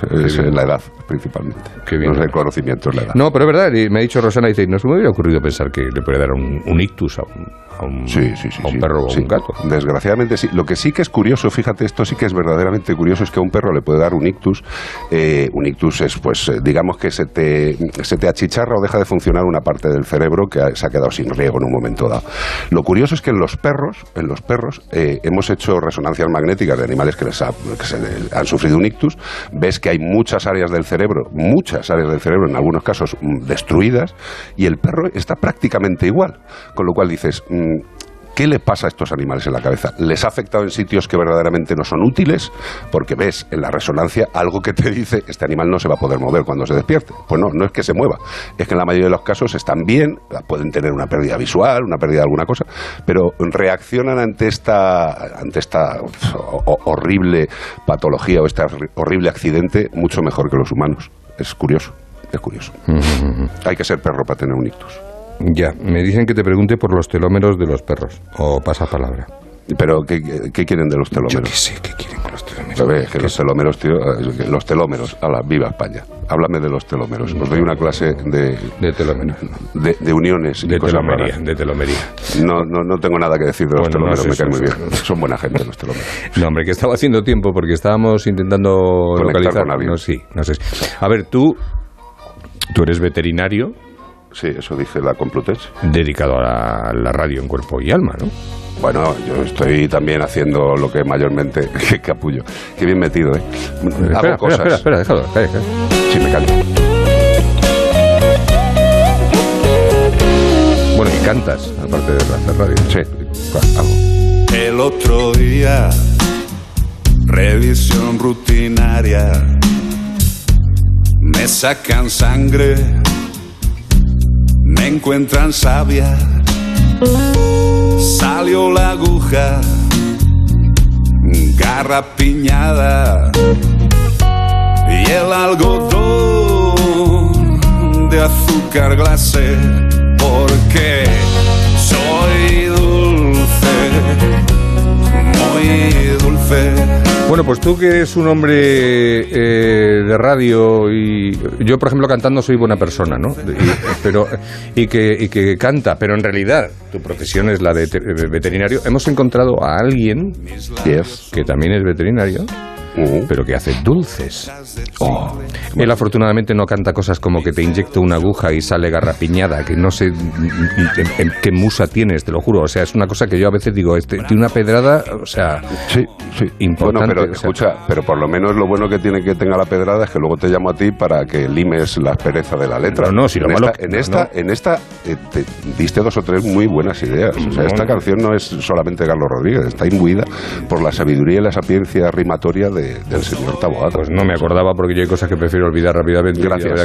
S6: es la edad, principalmente.
S2: Qué bien.
S6: No es el conocimiento, es la edad.
S2: No, pero es verdad, y me ha dicho Rosana, dice, no se me había ocurrido pensar que le puede dar un ictus a un perro o un gato.
S6: Desgraciadamente sí. Lo que sí que es curioso, fíjate, esto sí que es verdaderamente curioso, es que a un perro le puede dar un ictus. Un ictus es, pues, digamos que se te achicharra o deja de funcionar una parte del cerebro que se ha quedado sin riego en un momento dado. Lo curioso es que en los perros hemos hecho resonancias magnéticas de animales que han sufrido un ictus. Ves que hay muchas áreas del cerebro, en algunos casos destruidas, y el perro está prácticamente igual. Con lo cual dices, ¿qué le pasa a estos animales en la cabeza? ¿Les ha afectado en sitios que verdaderamente no son útiles? Porque ves en la resonancia algo que te dice, este animal no se va a poder mover cuando se despierte. Pues no es que se mueva, es que en la mayoría de los casos están bien, pueden tener una pérdida visual, una pérdida de alguna cosa, pero reaccionan ante esta horrible patología o este horrible accidente mucho mejor que los humanos. Es curioso. Hay que ser perro para tener un ictus.
S2: Ya, me dicen que te pregunte por los telómeros de los perros, o pasa palabra.
S6: ¿Pero qué quieren de los telómeros?
S2: Yo qué sé, ¿qué quieren con los telómeros?
S6: ¿Sabes? Que los telómeros, tío, los telómeros, viva España. Háblame de los telómeros. Os doy una clase de
S2: telómeros.
S6: De uniones.
S2: De telomería.
S6: No tengo nada que decir de los telómeros, me caen muy bien. Son buena gente los telómeros.
S2: No, hombre, que estaba haciendo tiempo porque estábamos intentando localizar. No sé. A ver, tú eres veterinario.
S6: Sí, eso dice la Complutense.
S2: Dedicado a la radio en cuerpo y alma, ¿no?
S6: Bueno, yo estoy también haciendo lo que mayormente... ¡Qué capullo! ¡Qué bien metido, eh! Hago cosas...
S2: Espera, déjalo.
S6: Sí, me callo.
S2: Bueno, y cantas, aparte de hacer radio.
S6: Sí, hago.
S21: El otro día, revisión rutinaria, me sacan sangre, me encuentran savia, salió la aguja, garrapiñada y el algodón de azúcar glacé, porque soy dulce, muy dulce.
S2: Bueno, pues tú que eres un hombre de radio, y yo, por ejemplo, cantando soy buena persona, ¿no? Y que canta, pero en realidad tu profesión es la de veterinario. Hemos encontrado a alguien que también es veterinario, pero que hace dulces. Él afortunadamente no canta cosas como que te inyecto una aguja y sale garrapiñada, que no sé en qué musa tienes, te lo juro. O sea, es una cosa que yo a veces digo, tiene una pedrada, o sea,
S6: sí,
S2: importante.
S6: Bueno, pero escucha, pero por lo menos lo bueno que tiene que tenga la pedrada es que luego te llamo a ti para que limes la aspereza de la letra.
S2: Si
S6: en esta te diste 2 o 3 muy buenas ideas. O sea, esta canción no es solamente Carlos Rodríguez, está imbuida por la sabiduría y la sapiencia rimatoria del señor Taboada.
S2: Pues no me acordaba, porque yo hay cosas que prefiero olvidar rápidamente.
S6: Gracias.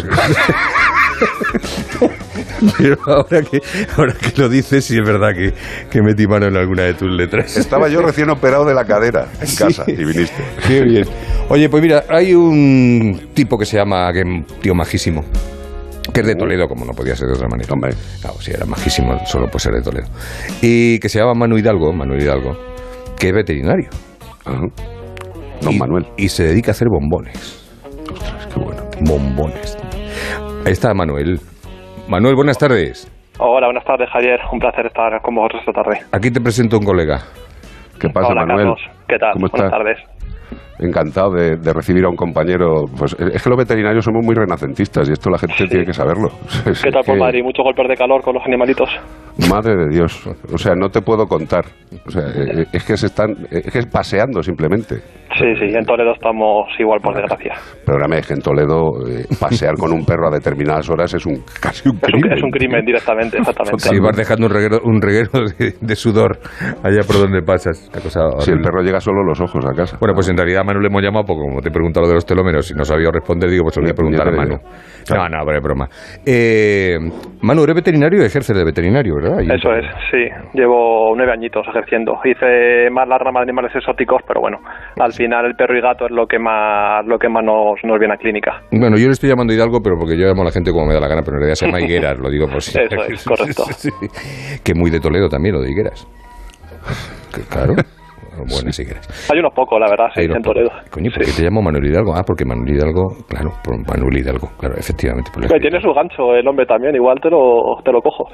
S2: Pero ahora que lo dices, sí es verdad que metí mano en alguna de tus letras.
S6: Estaba yo recién operado de la cadera en casa y viniste.
S2: Qué bien. Oye, pues mira, hay un tipo que se llama, que es un tío majísimo, que es de Toledo, como no podía ser de otra manera.
S6: Hombre.
S2: Claro, si era majísimo, solo puede ser de Toledo. Y que se llama Manuel Hidalgo, que es veterinario.
S6: Don Manuel.
S2: Y se dedica a hacer bombones.
S6: Ostras, qué bueno.
S2: Bombones. Ahí está Manuel. Manuel, buenas tardes.
S3: Hola, buenas tardes, Javier. Un placer estar con vosotros esta tarde.
S2: Aquí te presento un colega.
S6: ¿Qué pasa,
S3: Hola,
S6: Manuel?
S3: Carlos. ¿Qué tal?
S6: ¿Cómo
S3: Buenas
S6: estás?
S3: tardes.
S6: Encantado de recibir a un compañero. Pues es que los veterinarios somos muy renacentistas y esto la gente tiene que saberlo.
S3: ¿Qué tal por Madrid? ¿Muchos golpes de calor con los animalitos?
S6: Madre de Dios. O sea, no te puedo contar. O sea, es que es paseando simplemente.
S3: Sí, en Toledo estamos igual, por desgracia.
S6: Perdóname, es que en Toledo pasear con un perro a determinadas horas es casi un crimen.
S3: Es un crimen directamente, exactamente.
S2: Sí, vas dejando un reguero de sudor allá por donde pasas.
S6: Si el perro llega solo los ojos a casa.
S2: Bueno, pues en realidad a Manu le hemos llamado porque como te he preguntado lo de los telómeros y no sabía responder, digo, pues lo voy a preguntar a Manu. No, pero es broma. Manu, ¿eres veterinario? Ejerces de veterinario, ¿verdad?
S3: Eso es, sí. Llevo 9 añitos ejerciendo. Hice más la rama de animales exóticos, pero bueno, al final el perro y gato es lo que más nos viene a clínica.
S2: Bueno, yo le estoy llamando Hidalgo, pero porque yo llamo a la gente como me da la gana, pero en realidad se llama Higueras, lo digo por si.
S3: Eso es, correcto.
S2: Sí. Que muy de Toledo también, lo de Higueras. Claro. buenas si quieres.
S3: Hay unos pocos, la verdad, sí, en Toledo.
S2: Coño, ¿por qué te llamo Manuel Hidalgo? Ah, porque Manuel Hidalgo, claro, por Manuel Hidalgo, claro, efectivamente.
S3: Tiene su gancho el hombre también, igual te lo cojo.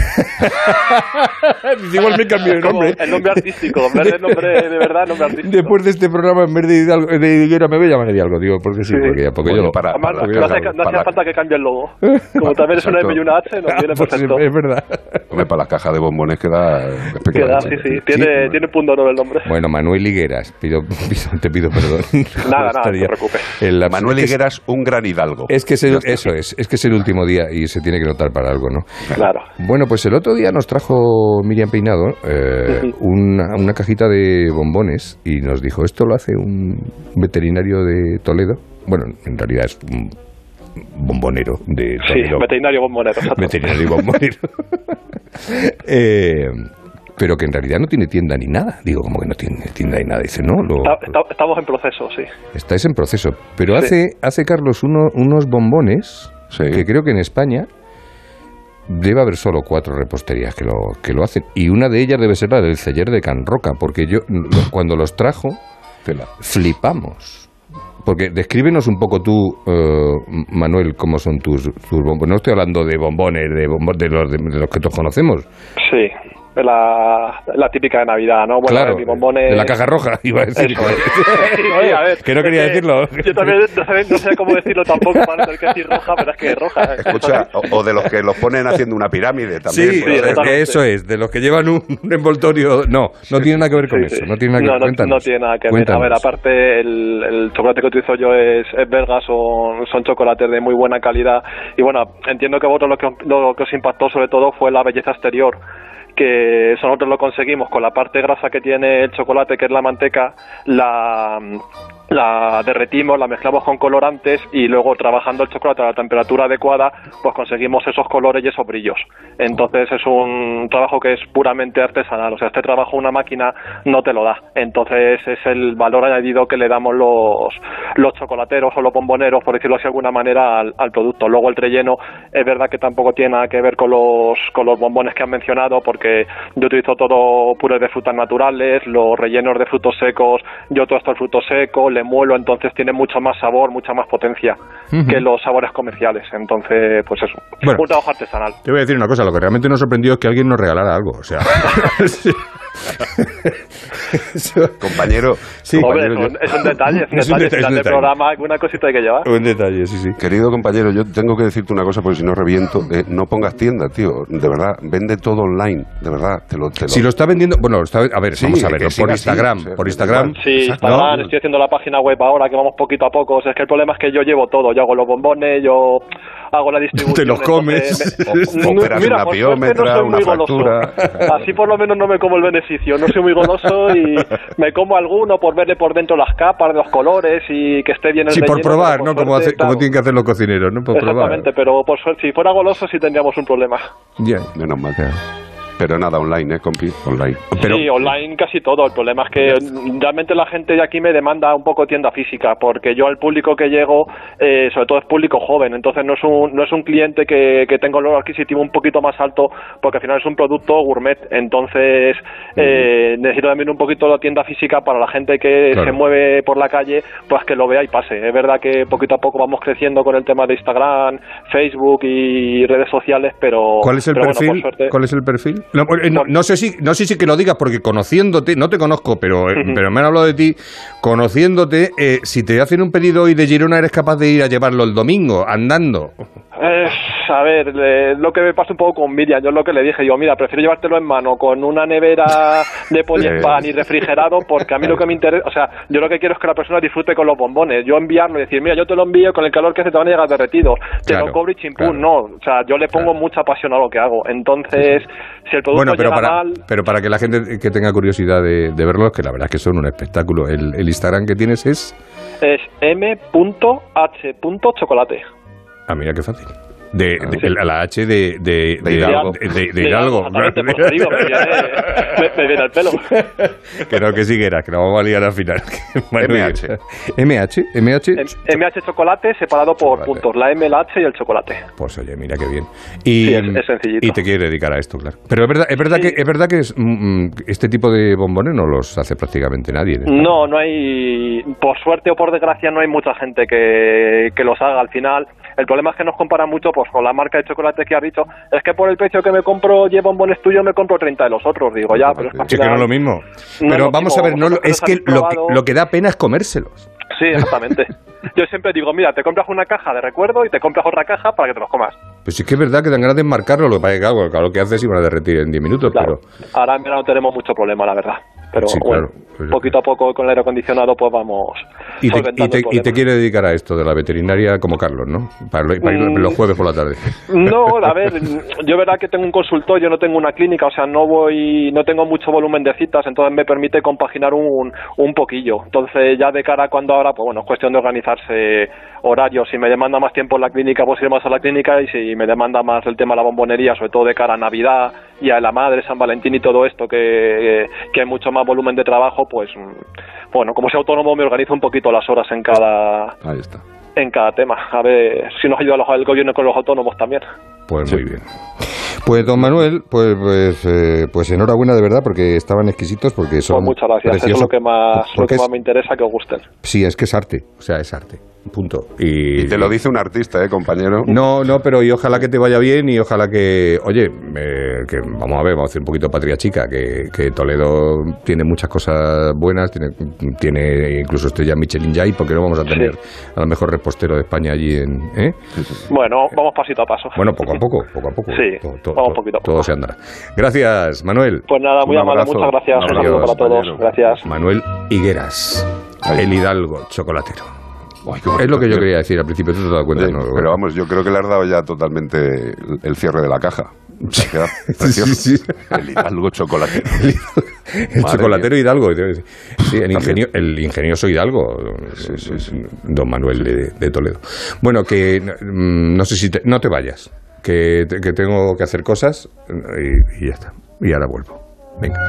S2: Igual me cambio de nombre.
S3: El nombre artístico, en vez de nombre de verdad, nombre artístico.
S2: Después de este programa, en vez de Hidalgo, de Higuera, me voy a llamar Hidalgo, digo, porque sí, porque yo lo...
S3: No hacía falta que cambie el logo. Como también es una M y una H, nos viene perfecto.
S2: Es verdad.
S6: Hombre, para las cajas de bombones queda
S3: espectacular. Sí. Tiene punto honor el nombre.
S2: Bueno, Manuel Higueras, te pido perdón.
S3: Nada, no te preocupes.
S6: Manuel Higueras, un gran hidalgo.
S2: Es que es que es el último día y se tiene que notar para algo, ¿no?
S3: Claro.
S2: Bueno, pues el otro día nos trajo Miriam Peinado una cajita de bombones y nos dijo, esto lo hace un veterinario de Toledo. Bueno, en realidad es un bombonero de Toledo.
S3: Sí, veterinario bombonero.
S2: Veterinario bombonero. Pero que en realidad no tiene tienda ni nada. Digo, como que no tiene tienda ni nada. Dice, no.
S3: Estamos en proceso, sí.
S2: Estáis en proceso. Pero hace Carlos unos bombones que creo que en España debe haber solo 4 reposterías que lo hacen. Y una de ellas debe ser la del Celler de Can Roca, porque yo cuando los trajo flipamos. Porque descríbenos un poco tú, Manuel, cómo son tus bombones. No estoy hablando de bombones, de los que todos conocemos.
S3: Sí, la típica de Navidad, ¿no? Bueno,
S2: claro,
S3: mi bombones...
S2: de la caja roja, iba a decir.
S3: Sí, a ver,
S2: que no quería decirlo.
S3: Yo también no sé cómo decirlo tampoco para tener que decir roja, pero es que es roja.
S6: Escucha, o de los que los ponen haciendo una pirámide también.
S2: Sí, que eso es, de los que llevan un envoltorio... No tiene nada que ver con eso. No tiene nada que ver.
S3: No tiene nada que ver. A ver, aparte, el chocolate que utilizo yo es belga, son chocolates de muy buena calidad. Y bueno, entiendo que a vosotros lo que os impactó sobre todo fue la belleza exterior, que nosotros lo conseguimos con la parte grasa que tiene el chocolate, que es la manteca, la derretimos, la mezclamos con colorantes y luego trabajando el chocolate a la temperatura adecuada, pues conseguimos esos colores y esos brillos. Entonces es un trabajo que es puramente artesanal, o sea, este trabajo una máquina no te lo da. Entonces es el valor añadido que le damos los chocolateros o los bomboneros, por decirlo así de alguna manera, al producto. Luego el relleno es verdad que tampoco tiene nada que ver con los bombones que han mencionado, porque yo utilizo todo purés de frutas naturales, los rellenos de frutos secos, yo todo esto el fruto seco, le muelo, entonces tiene mucho más sabor, mucha más potencia que los sabores comerciales. Entonces, pues eso, un trabajo artesanal.
S2: Te voy a decir una cosa, lo que realmente nos sorprendió es que alguien nos regalara algo, o sea...
S6: compañero,
S3: es un detalle, final del programa, alguna cosita hay que llevar.
S2: Un detalle, sí.
S6: Querido compañero, yo tengo que decirte una cosa, porque si no reviento. No pongas tienda, tío, de verdad, vende todo online, de verdad.
S2: Si lo está vendiendo, bueno, vamos a verlo, por Instagram.
S3: Sí, Instagram, estoy haciendo la página web ahora, que vamos poquito a poco. O sea, es que el problema es que yo llevo todo, yo hago los bombones, yo hago la distribución.
S2: Te los comes.
S6: Operas una piómetra, una factura.
S3: Así por lo menos no me como el beneficio. No soy muy goloso y me como alguno por verle por dentro las capas, los colores y que esté bien el relleno.
S2: Sí, por probar, ¿no? Como tienen que hacer los cocineros, ¿no? Por
S3: exactamente, pero por suerte, si fuera goloso sí tendríamos un problema.
S2: Ya,
S6: menos mal. Pero nada, online, compi, online.
S3: Sí, online casi todo. El problema es que realmente la gente de aquí me demanda un poco tienda física, porque yo al público que llego, sobre todo es público joven, entonces no es un cliente que tenga un valor adquisitivo un poquito más alto, porque al final es un producto gourmet. Entonces necesito también un poquito la tienda física para la gente que se mueve por la calle, pues que lo vea y pase. Es verdad que poquito a poco vamos creciendo con el tema de Instagram, Facebook y redes sociales, pero...
S2: ¿Cuál es el perfil? Bueno, por suerte, ¿cuál es el perfil? No sé si que lo digas, porque conociéndote, no te conozco, pero me han hablado de ti, conociéndote, si te hacen un pedido hoy de Girona, ¿eres capaz de ir a llevarlo el domingo, andando?
S3: A ver, lo que me pasa un poco con Miriam, yo es lo que le dije, digo, mira, prefiero llevártelo en mano con una nevera de poliespan y refrigerado, porque a mí lo que me interesa, o sea, yo lo que quiero es que la persona disfrute con los bombones, yo enviarlo y decir, mira, yo te lo envío con el calor que se te van a llegar derretidos, te lo cobro y chimpún, no, o sea, yo le pongo mucha pasión a lo que hago, entonces, si el producto llega mal...
S2: Pero para que la gente que tenga curiosidad de verlos, que la verdad es que son un espectáculo, el Instagram que tienes es
S3: m.h.chocolate.
S2: Ah, mira qué fácil. La H de Hidalgo. De Hidalgo.
S3: Me viene el pelo.
S2: Que no, que siguieras, que nos vamos a liar al final. MH
S3: chocolate separado por puntos. La M, la H y el chocolate.
S2: Pues oye, mira qué bien.
S3: Sí, es sencillito.
S2: Y te quieres dedicar a esto, claro. Pero es verdad que este tipo de bombones no los hace prácticamente nadie.
S3: No hay, por suerte o por desgracia, no hay mucha gente que los haga al final. El problema es que nos comparan mucho pues con la marca de chocolate que has dicho. Es que por el precio que me compro 10 bombones tuyos me compro 30 de los otros. Digo, ya, pero
S2: es que no es lo mismo. Pero vamos a ver, es que lo que da pena es comérselos.
S3: Sí, exactamente. Yo siempre digo, mira, te compras una caja de recuerdo y te compras otra caja para que te los comas.
S2: Pues sí que es verdad que dan ganas de enmarcarlo, lo que pasa es que claro, lo que haces y van a derretir en 10 minutos,
S3: claro.
S2: Pero...
S3: Ahora en verano tenemos mucho problema, la verdad. Pero
S2: sí,
S3: bueno, claro, poquito a poco con el aire acondicionado pues vamos
S2: y te quiere dedicar a esto de la veterinaria como Carlos, ¿no? Para ir los jueves por la tarde.
S3: No, a ver, yo verdad que tengo un consultorio, no tengo una clínica, o sea, no tengo mucho volumen de citas, entonces me permite compaginar un poquillo. Entonces ya de cara a cuando ahora, pues bueno, es cuestión de organizarse horarios. Si me demanda más tiempo en la clínica, pues ir más a la clínica, y si me demanda más el tema de la bombonería, sobre todo de cara a Navidad y a la Madre, San Valentín y todo esto, que hay mucho más volumen de trabajo, pues bueno, como soy autónomo me organizo un poquito las horas en cada tema. A ver si nos ayuda el gobierno con los autónomos también.
S2: Pues muy bien. Pues don Manuel, pues enhorabuena de verdad, porque estaban exquisitos, porque son
S3: muchas gracias,
S2: preciosos.
S3: Eso es lo que más me interesa, que os gusten.
S2: Sí, es que es arte, o sea, es arte, punto.
S6: Y te lo dice un artista, compañero.
S2: No, pero y ojalá que te vaya bien, y ojalá que, oye, que vamos a hacer un poquito de patria chica, que Toledo tiene muchas cosas buenas, tiene incluso estrella Michelin ya, y porque no vamos a tener a lo mejor repostero de España allí en...
S3: Bueno, vamos pasito a paso.
S2: Bueno, poco a poco.
S3: Sí, vamos poquito a poco.
S2: Todo se andará. Gracias, Manuel.
S3: Pues nada, muy amable, muchas gracias. Un saludo para todos. Gracias.
S2: Manuel Higueras, el Hidalgo chocolatero. Es lo que yo quería decir al principio, tú te has dado cuenta. ¿No?
S6: Pero vamos, yo creo que le has dado ya totalmente el cierre de la caja.
S2: Sí.
S6: El Hidalgo chocolatero.
S2: El chocolatero Hidalgo. Sí, el ingenioso Hidalgo. Sí. Don Manuel de Toledo. Bueno, que no sé si no te vayas, que tengo que hacer cosas y ya está. Y ahora vuelvo. Venga.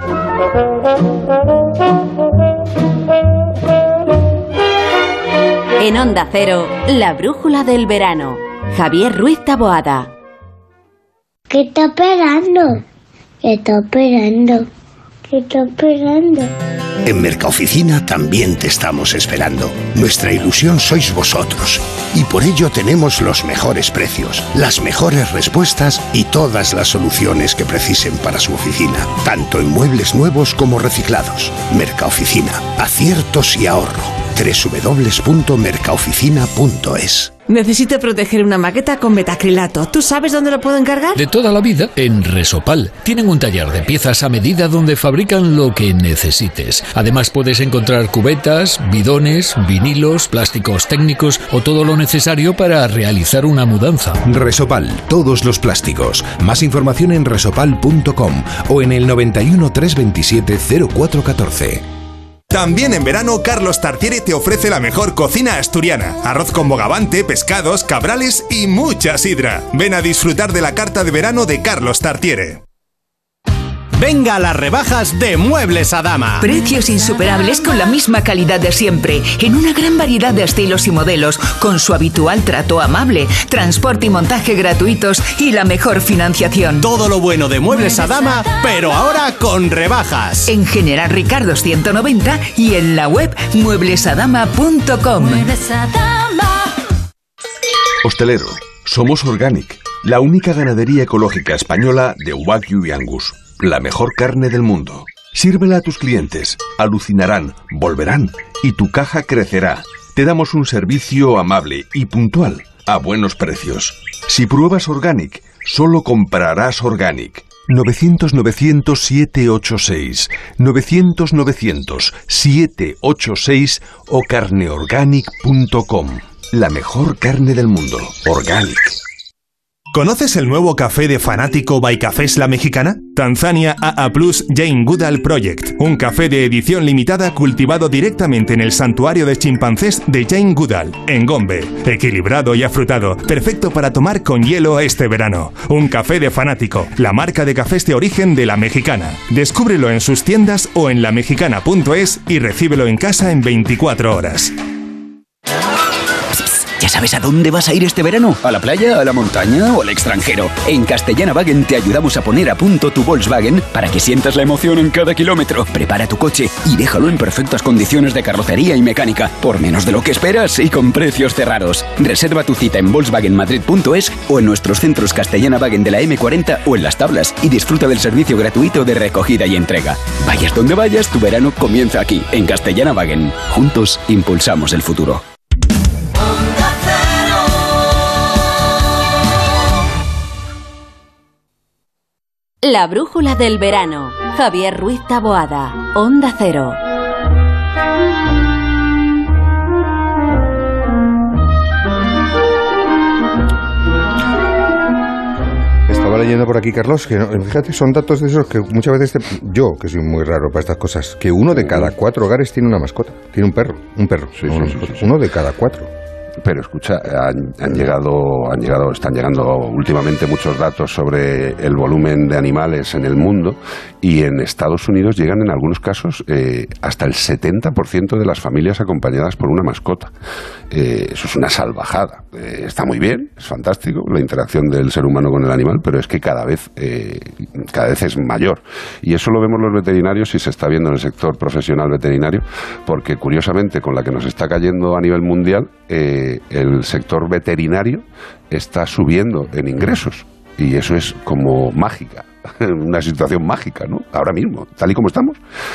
S1: En Onda Cero, la brújula del verano. Javier Ruiz Taboada.
S5: ¿Qué está esperando? ¿Qué está esperando? ¿Qué está esperando?
S22: En Mercaoficina también te estamos esperando. Nuestra ilusión sois vosotros. Y por ello tenemos los mejores precios, las mejores respuestas y todas las soluciones que precisen para su oficina, tanto en muebles nuevos como reciclados. Mercaoficina, aciertos y ahorro. www.mercaoficina.es.
S13: Necesito proteger una maqueta con metacrilato. ¿Tú sabes dónde lo puedo encargar?
S23: De toda la vida, en Resopal. Tienen un taller de piezas a medida donde fabrican lo que necesites. Además puedes encontrar cubetas, bidones, vinilos, plásticos técnicos o todo lo necesario para realizar una mudanza.
S24: Resopal, todos los plásticos. Más información en resopal.com o en el 91 327 0414.
S19: También en verano, Carlos Tartiere te ofrece la mejor cocina asturiana. Arroz con bogavante, pescados, cabrales y mucha sidra. Ven a disfrutar de la carta de verano de Carlos Tartiere.
S11: Venga a las rebajas de Muebles a Dama.
S18: Precios insuperables con la misma calidad de siempre, en una gran variedad de estilos y modelos, con su habitual trato amable, transporte y montaje gratuitos y la mejor financiación.
S11: Todo lo bueno de Muebles a Dama, pero ahora con rebajas.
S18: En General Ricardo 190 y en la web mueblesadama.com.
S15: Muebles a Dama.
S25: Hostelero, somos Organic, la única ganadería ecológica española de Wagyu y Angus. La mejor carne del mundo. Sírvela a tus clientes. Alucinarán, volverán y tu caja crecerá. Te damos un servicio amable y puntual, a buenos precios. Si pruebas Organic, solo comprarás Organic. 900-900-786, 900-900-786 o carneorganic.com. La mejor carne del mundo. Organic.
S19: ¿Conoces el nuevo café de Fanático by Cafés La Mexicana? Tanzania AA Plus Jane Goodall Project, un café de edición limitada cultivado directamente en el santuario de chimpancés de Jane Goodall, en Gombe. Equilibrado y afrutado, perfecto para tomar con hielo este verano. Un café de Fanático, la marca de cafés de origen de La Mexicana. Descúbrelo en sus tiendas o en lamexicana.es y recíbelo en casa en 24 horas.
S4: ¿Ya sabes a dónde vas a ir este verano? ¿A la playa, a la montaña o al extranjero? En Castellana-Wagen te ayudamos a poner a punto tu Volkswagen para que sientas la emoción en cada kilómetro. Prepara tu coche y déjalo en perfectas condiciones de carrocería y mecánica, por menos de lo que esperas y con precios cerrados. Reserva tu cita en volkswagenmadrid.es o en nuestros centros Castellana-Wagen de la M40 o en Las Tablas y disfruta del servicio gratuito de recogida y entrega. Vayas donde vayas, tu verano comienza aquí, en Castellana-Wagen. Juntos impulsamos el futuro.
S1: La brújula del verano. Javier Ruiz Taboada. Onda Cero.
S2: Estaba leyendo por aquí, Carlos, que no, fíjate, son datos de esos que muchas veces yo, que soy muy raro para estas cosas, que 1 de cada 4 hogares tiene una mascota, tiene un perro, sí, sí. 1 de cada 4.
S6: Pero escucha, están llegando últimamente muchos datos sobre el volumen de animales en el mundo, y en Estados Unidos llegan en algunos casos hasta el 70% de las familias acompañadas por una mascota. Eso es una salvajada. Está muy bien, es fantástico la interacción del ser humano con el animal, pero es que cada vez es mayor. Y eso lo vemos los veterinarios y se está viendo en el sector profesional veterinario, porque curiosamente con la que nos está cayendo a nivel mundial, el sector veterinario está subiendo en ingresos, y eso es como mágica, una situación mágica, ¿no? Ahora mismo, tal y como estamos,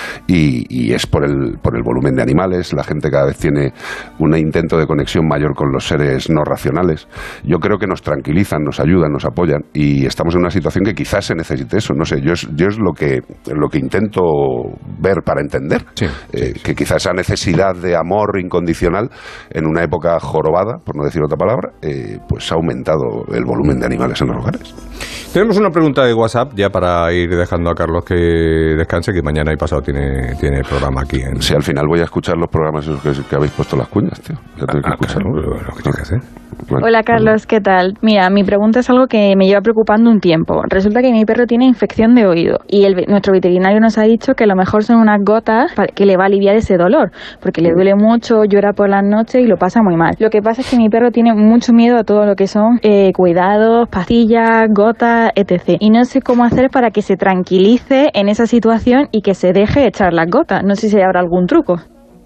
S6: y es por el volumen de animales. La gente cada vez tiene un intento de conexión mayor con los seres no racionales. Yo creo que nos tranquilizan, nos ayudan, nos apoyan, y estamos en una situación que quizás se necesite eso, no sé, yo es lo que intento ver para entender, que quizás esa necesidad de amor incondicional en una época jorobada, por no decir otra palabra, pues ha aumentado el volumen de animales en los hogares.
S2: Tenemos una pregunta de WhatsApp, ya para ir dejando a Carlos que descanse, que mañana y pasado tiene programa aquí.
S6: Sí, al final voy a escuchar los programas esos que habéis puesto las cuñas, tío. Ya tengo que escucharlo.
S2: Claro, lo que tienes que hacer.
S7: Bueno. Hola Carlos, ¿qué tal? Mira, mi pregunta es algo que me lleva preocupando un tiempo. Resulta que mi perro tiene infección de oído y nuestro veterinario nos ha dicho que lo mejor son unas gotas que le va a aliviar ese dolor, porque le duele mucho, llora por las noches y lo pasa muy mal. Lo que pasa es que mi perro tiene mucho miedo a todo lo que son cuidados, pastillas, gotas, etc. Y no sé cómo hacer para que se tranquilice en esa situación y que se deje echar las gotas. No sé si habrá algún truco.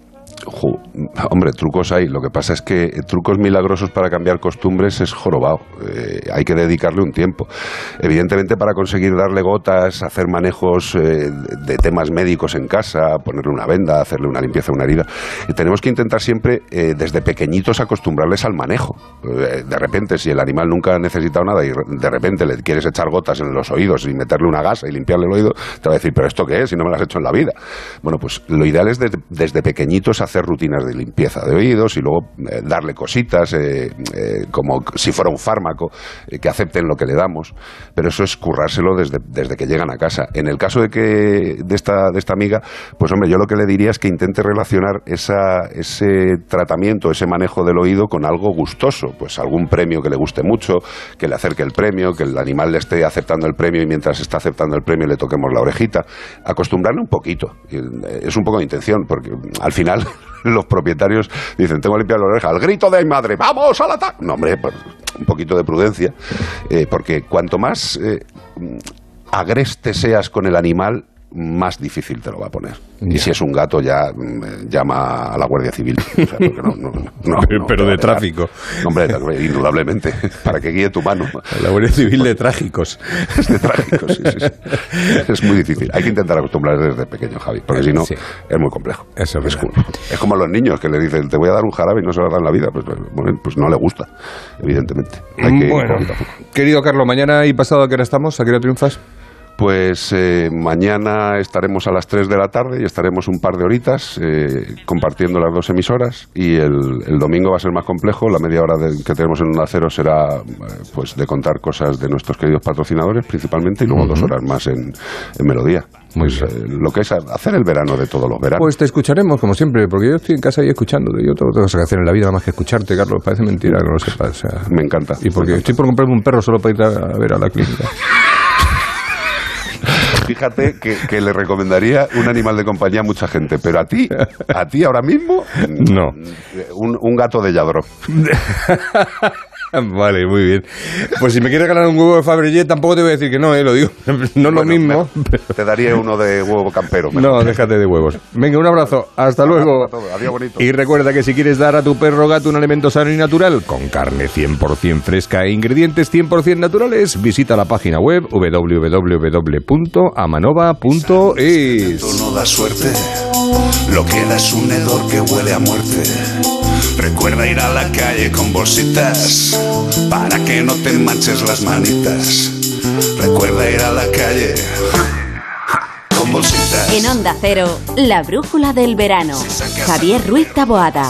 S6: Hombre, trucos hay. Lo que pasa es que trucos milagrosos para cambiar costumbres es jorobado. Hay que dedicarle un tiempo. Evidentemente, para conseguir darle gotas, hacer manejos de temas médicos en casa, ponerle una venda, hacerle una limpieza a una herida, tenemos que intentar siempre, desde pequeñitos, acostumbrarles al manejo. De repente, si el animal nunca ha necesitado nada y de repente le quieres echar gotas en los oídos y meterle una gasa y limpiarle el oído, te va a decir, ¿pero esto qué es? Si no me lo has hecho en la vida. Bueno, pues lo ideal es desde pequeñitos hacer rutinas de limpieza de oídos y luego darle cositas como si fuera un fármaco, que acepten lo que le damos, pero eso es currárselo desde que llegan a casa. En el caso de esta amiga, pues hombre, yo lo que le diría es que intente relacionar ese tratamiento, ese manejo del oído con algo gustoso, pues algún premio que le guste mucho, que le acerque el premio, que el animal le esté aceptando el premio y mientras está aceptando el premio le toquemos la orejita, acostumbrarle un poquito. Es un poco de intención, porque al final los propietarios dicen, tengo que limpiar la oreja, al grito de mi madre, ¡vamos al ataque! No, hombre, pues un poquito de prudencia, porque cuanto más agreste seas con el animal, más difícil te lo va a poner. Y si es un gato, ya llama a la Guardia Civil. O sea,
S2: pero de tráfico.
S6: No, hombre, indudablemente. Para que guíe tu mano.
S2: La Guardia Civil de trágicos.
S6: De trágicos, sí. Es muy difícil. Hay que intentar acostumbrarse desde pequeño, Javi, porque si no, es muy complejo.
S2: Eso
S6: es como los niños que le dicen, te voy a dar un jarabe y no se lo dan en la vida. Pues no le gusta, evidentemente.
S2: Querido Carlos, mañana y pasado, ¿a qué hora estamos? ¿A qué hora triunfas?
S6: Pues mañana estaremos a las 3 de la tarde y estaremos un par de horitas compartiendo las dos emisoras, y el domingo va a ser más complejo. La media hora que tenemos en Onda Cero será pues de contar cosas de nuestros queridos patrocinadores principalmente, y luego 2 horas más en Melodía. Pues, lo que es hacer el verano de todos los veranos.
S2: Pues te escucharemos como siempre, porque yo estoy en casa ahí escuchándote. Yo tengo cosas que hacer en la vida nada más que escucharte, Carlos. Parece mentira que no lo sepas. O sea,
S6: me encanta.
S2: Y porque estoy por comprarme un perro solo para ir a ver a la clínica.
S6: Fíjate que le recomendaría un animal de compañía a mucha gente, pero a ti ahora mismo,
S2: no.
S6: Un gato de Lladró.
S2: Vale, muy bien. Pues si me quieres ganar un huevo de Fabergé, tampoco te voy a decir que no, lo digo. No es lo mismo.
S6: Te daría uno de huevo campero.
S2: No, déjate de huevos. Venga, un abrazo. Hasta luego.
S6: Adiós, bonito.
S2: Y recuerda que si quieres dar a tu perro o gato un alimento sano y natural, con carne 100% fresca e ingredientes 100% naturales, visita la página web www.amanova.es.
S21: No da suerte, lo que da es un hedor que huele a muerte. Recuerda ir a la calle con bolsitas para que no te manches las manitas. Recuerda ir a la calle con bolsitas.
S1: En Onda Cero, la brújula del verano. Javier Ruiz Taboada.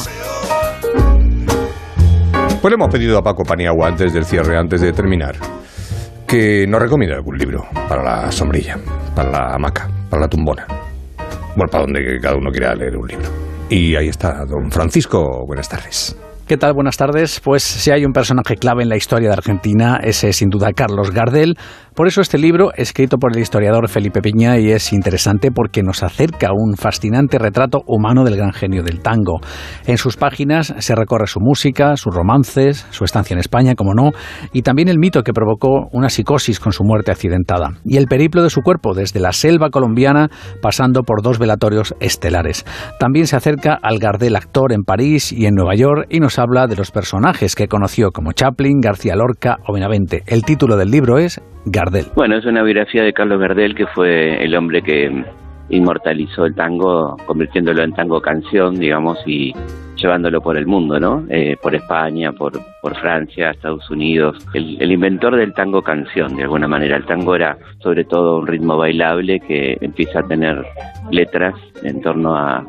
S2: Pues le hemos pedido a Paco Paniagua antes del cierre, antes de terminar, que nos recomiende algún libro para la sombrilla, para la hamaca, para la tumbona. Bueno, para donde cada uno quiera leer un libro. Y ahí está, don Francisco, buenas tardes.
S8: ¿Qué tal? Buenas tardes. Pues si hay un personaje clave en la historia de Argentina, ese es sin duda Carlos Gardel. Por eso este libro, escrito por el historiador Felipe Piña, y es interesante porque nos acerca un fascinante retrato humano del gran genio del tango. En sus páginas se recorre su música, sus romances, su estancia en España, como no, y también el mito que provocó una psicosis con su muerte accidentada, y el periplo de su cuerpo desde la selva colombiana pasando por 2 velatorios estelares. También se acerca al Gardel actor en París y en Nueva York y nos habla de los personajes que conoció como Chaplin, García Lorca o Benavente. El título del libro es Gardel.
S9: Bueno, es una biografía de Carlos Gardel, que fue el hombre que inmortalizó el tango, convirtiéndolo en tango canción, digamos, y llevándolo por el mundo, ¿no? Por España, por Francia, Estados Unidos. El inventor del tango canción, de alguna manera. El tango era sobre todo un ritmo bailable que empieza a tener letras en torno a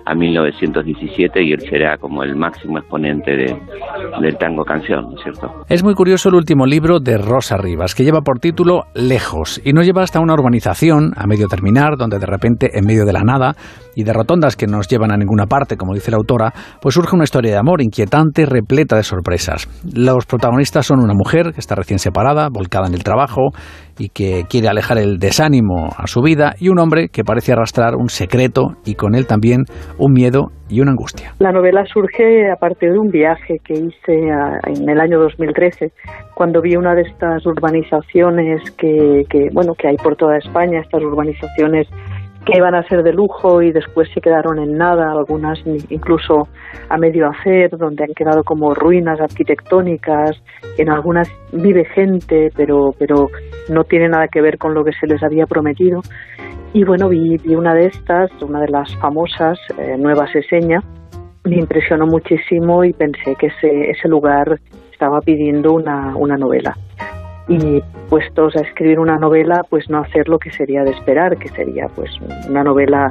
S9: 1917, y él será como el máximo exponente del tango canción, ¿no es cierto?
S8: Es muy curioso el último libro de Rosa Rivas, que lleva por título Lejos, y nos lleva hasta una urbanización a medio terminar, donde de repente, en medio de la nada y de rotondas que no nos llevan a ninguna parte, como dice la autora, pues surge una historia de amor inquietante, repleta de sorpresas. Los protagonistas son una mujer que está recién separada, volcada en el trabajo y que quiere alejar el desánimo a su vida, y un hombre que parece arrastrar un secreto y con él también un miedo y una angustia.
S10: La novela surge a partir de un viaje que hice en el año 2013, cuando vi una de estas urbanizaciones que hay por toda España, estas urbanizaciones que iban a ser de lujo y después se quedaron en nada, algunas incluso a medio hacer, donde han quedado como ruinas arquitectónicas. En algunas vive gente, pero no tiene nada que ver con lo que se les había prometido. Y bueno, vi una de estas, una de las famosas, Nueva Seseña. Me impresionó muchísimo y pensé que ese lugar estaba pidiendo una novela. Y puestos a escribir una novela, pues no hacer lo que sería de esperar, que sería pues una novela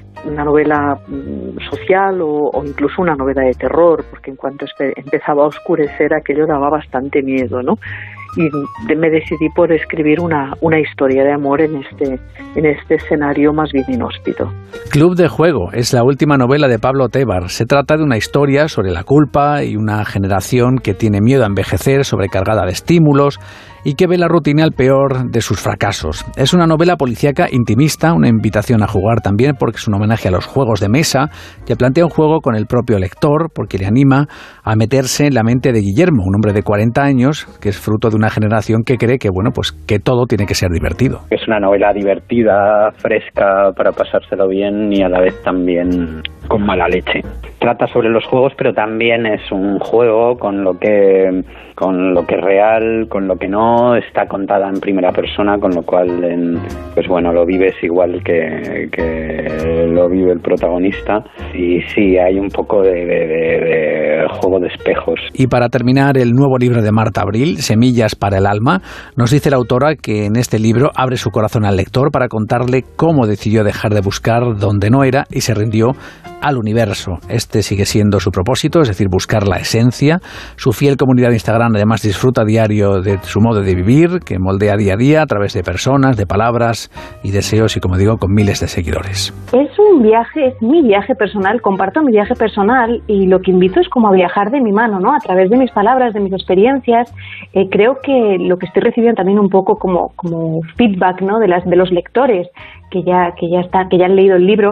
S10: social o incluso una novela de terror, porque en cuanto empezaba a oscurecer aquello daba bastante miedo, ¿no? Y me decidí por escribir una historia de amor en este escenario más bien inhóspito.
S8: Club de Juego es la última novela de Pablo Tévar. Se trata de una historia sobre la culpa y una generación que tiene miedo a envejecer, sobrecargada de estímulos y que ve la rutina al peor de sus fracasos. Es una novela policíaca intimista, una invitación a jugar también, porque es un homenaje a los juegos de mesa, que plantea un juego con el propio lector, porque le anima a meterse en la mente de Guillermo, un hombre de 40 años, que es fruto de una generación que cree que que todo tiene que ser divertido.
S12: Es una novela divertida, fresca, para pasárselo bien y a la vez también con mala leche. trata sobre los juegos, pero también es un juego con lo que es real, con lo que no, está contada en primera persona, con lo cual pues bueno, lo vives igual que lo vive el protagonista, y sí, hay un poco de juego de espejos.
S8: Y para terminar, el nuevo libro de Marta Abril, Semillas para el alma, nos dice la autora que en este libro abre su corazón al lector para contarle cómo decidió dejar de buscar donde no era y se rindió al universo. Este sigue siendo su propósito, es decir, buscar la esencia. Su fiel comunidad de Instagram además disfruta a diario de su modo de vivir, que moldea día a día a través de personas, de palabras y deseos, y como digo, con miles de seguidores.
S14: Es un viaje, es mi viaje personal, comparto mi viaje personal, y lo que invito es como a viajar de mi mano, ¿no? A través de mis palabras, de mis experiencias. Creo que lo que estoy recibiendo también un poco como feedback, ¿no? de los lectores que ya han leído el libro,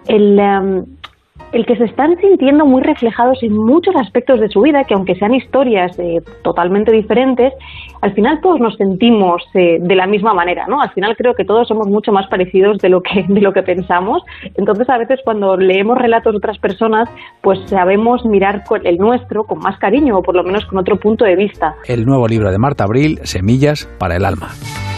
S14: el que se están sintiendo muy reflejados en muchos aspectos de su vida, que aunque sean historias totalmente diferentes, al final todos nos sentimos de la misma manera, ¿no? Al final creo que todos somos mucho más parecidos de lo que pensamos. Entonces, a veces cuando leemos relatos de otras personas, pues sabemos mirar el nuestro con más cariño, o por lo menos con otro punto de vista.
S8: El nuevo libro de Marta Abril, Semillas para el alma.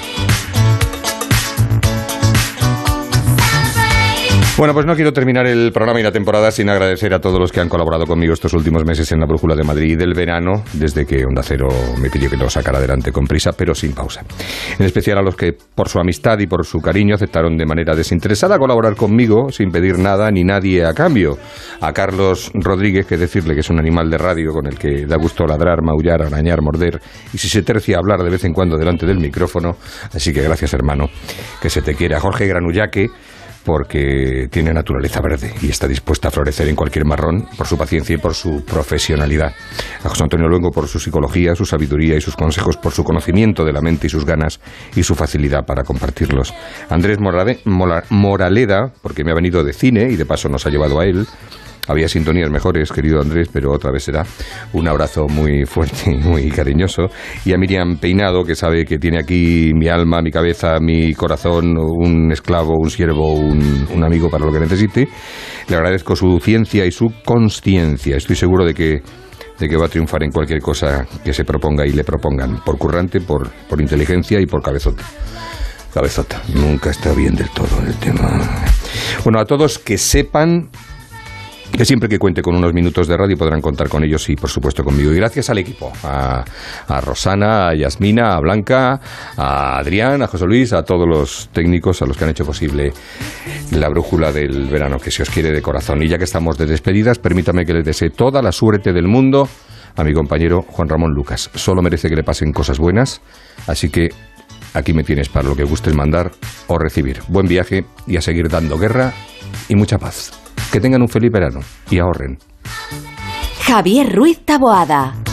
S2: Bueno, pues no quiero terminar el programa y la temporada sin agradecer a todos los que han colaborado conmigo estos últimos meses en la Brújula de Madrid del verano, desde que Onda Cero me pidió que lo sacara adelante con prisa, pero sin pausa. En especial a los que, por su amistad y por su cariño, aceptaron de manera desinteresada colaborar conmigo, sin pedir nada ni nadie a cambio. A Carlos Rodríguez, que decirle que es un animal de radio con el que da gusto ladrar, maullar, arañar, morder, y si se tercia hablar de vez en cuando delante del micrófono. Así que gracias, hermano, que se te quiere. A Jorge Granullaque, porque tiene naturaleza verde y está dispuesta a florecer en cualquier marrón por su paciencia y por su profesionalidad. A José Antonio Luengo por su psicología, su sabiduría y sus consejos, por su conocimiento de la mente y sus ganas y su facilidad para compartirlos. A Andrés Moraleda, porque me ha venido de cine y de paso nos ha llevado a él. Había sintonías mejores, querido Andrés, pero otra vez será. Un abrazo muy fuerte y muy cariñoso. Y a Miriam Peinado, que sabe que tiene aquí mi alma, mi cabeza, mi corazón, un esclavo, un siervo, un amigo para lo que necesite. Le agradezco su ciencia y su consciencia. Estoy seguro de que va a triunfar en cualquier cosa que se proponga y le propongan. Por currante, por inteligencia y por cabezota. Cabezota. Nunca está bien del todo el tema. Bueno, a todos que sepan que siempre que cuente con unos minutos de radio podrán contar con ellos y, por supuesto, conmigo. Y gracias al equipo, a Rosana, a Yasmina, a Blanca, a Adrián, a José Luis, a todos los técnicos, a los que han hecho posible la Brújula del verano, que se os quiere de corazón. Y ya que estamos de despedidas, permítame que les desee toda la suerte del mundo a mi compañero Juan Ramón Lucas. Solo merece que le pasen cosas buenas, así que aquí me tienes para lo que guste mandar o recibir. Buen viaje y a seguir dando guerra y mucha paz. Que tengan un feliz verano y ahorren.
S1: Javier Ruiz Taboada.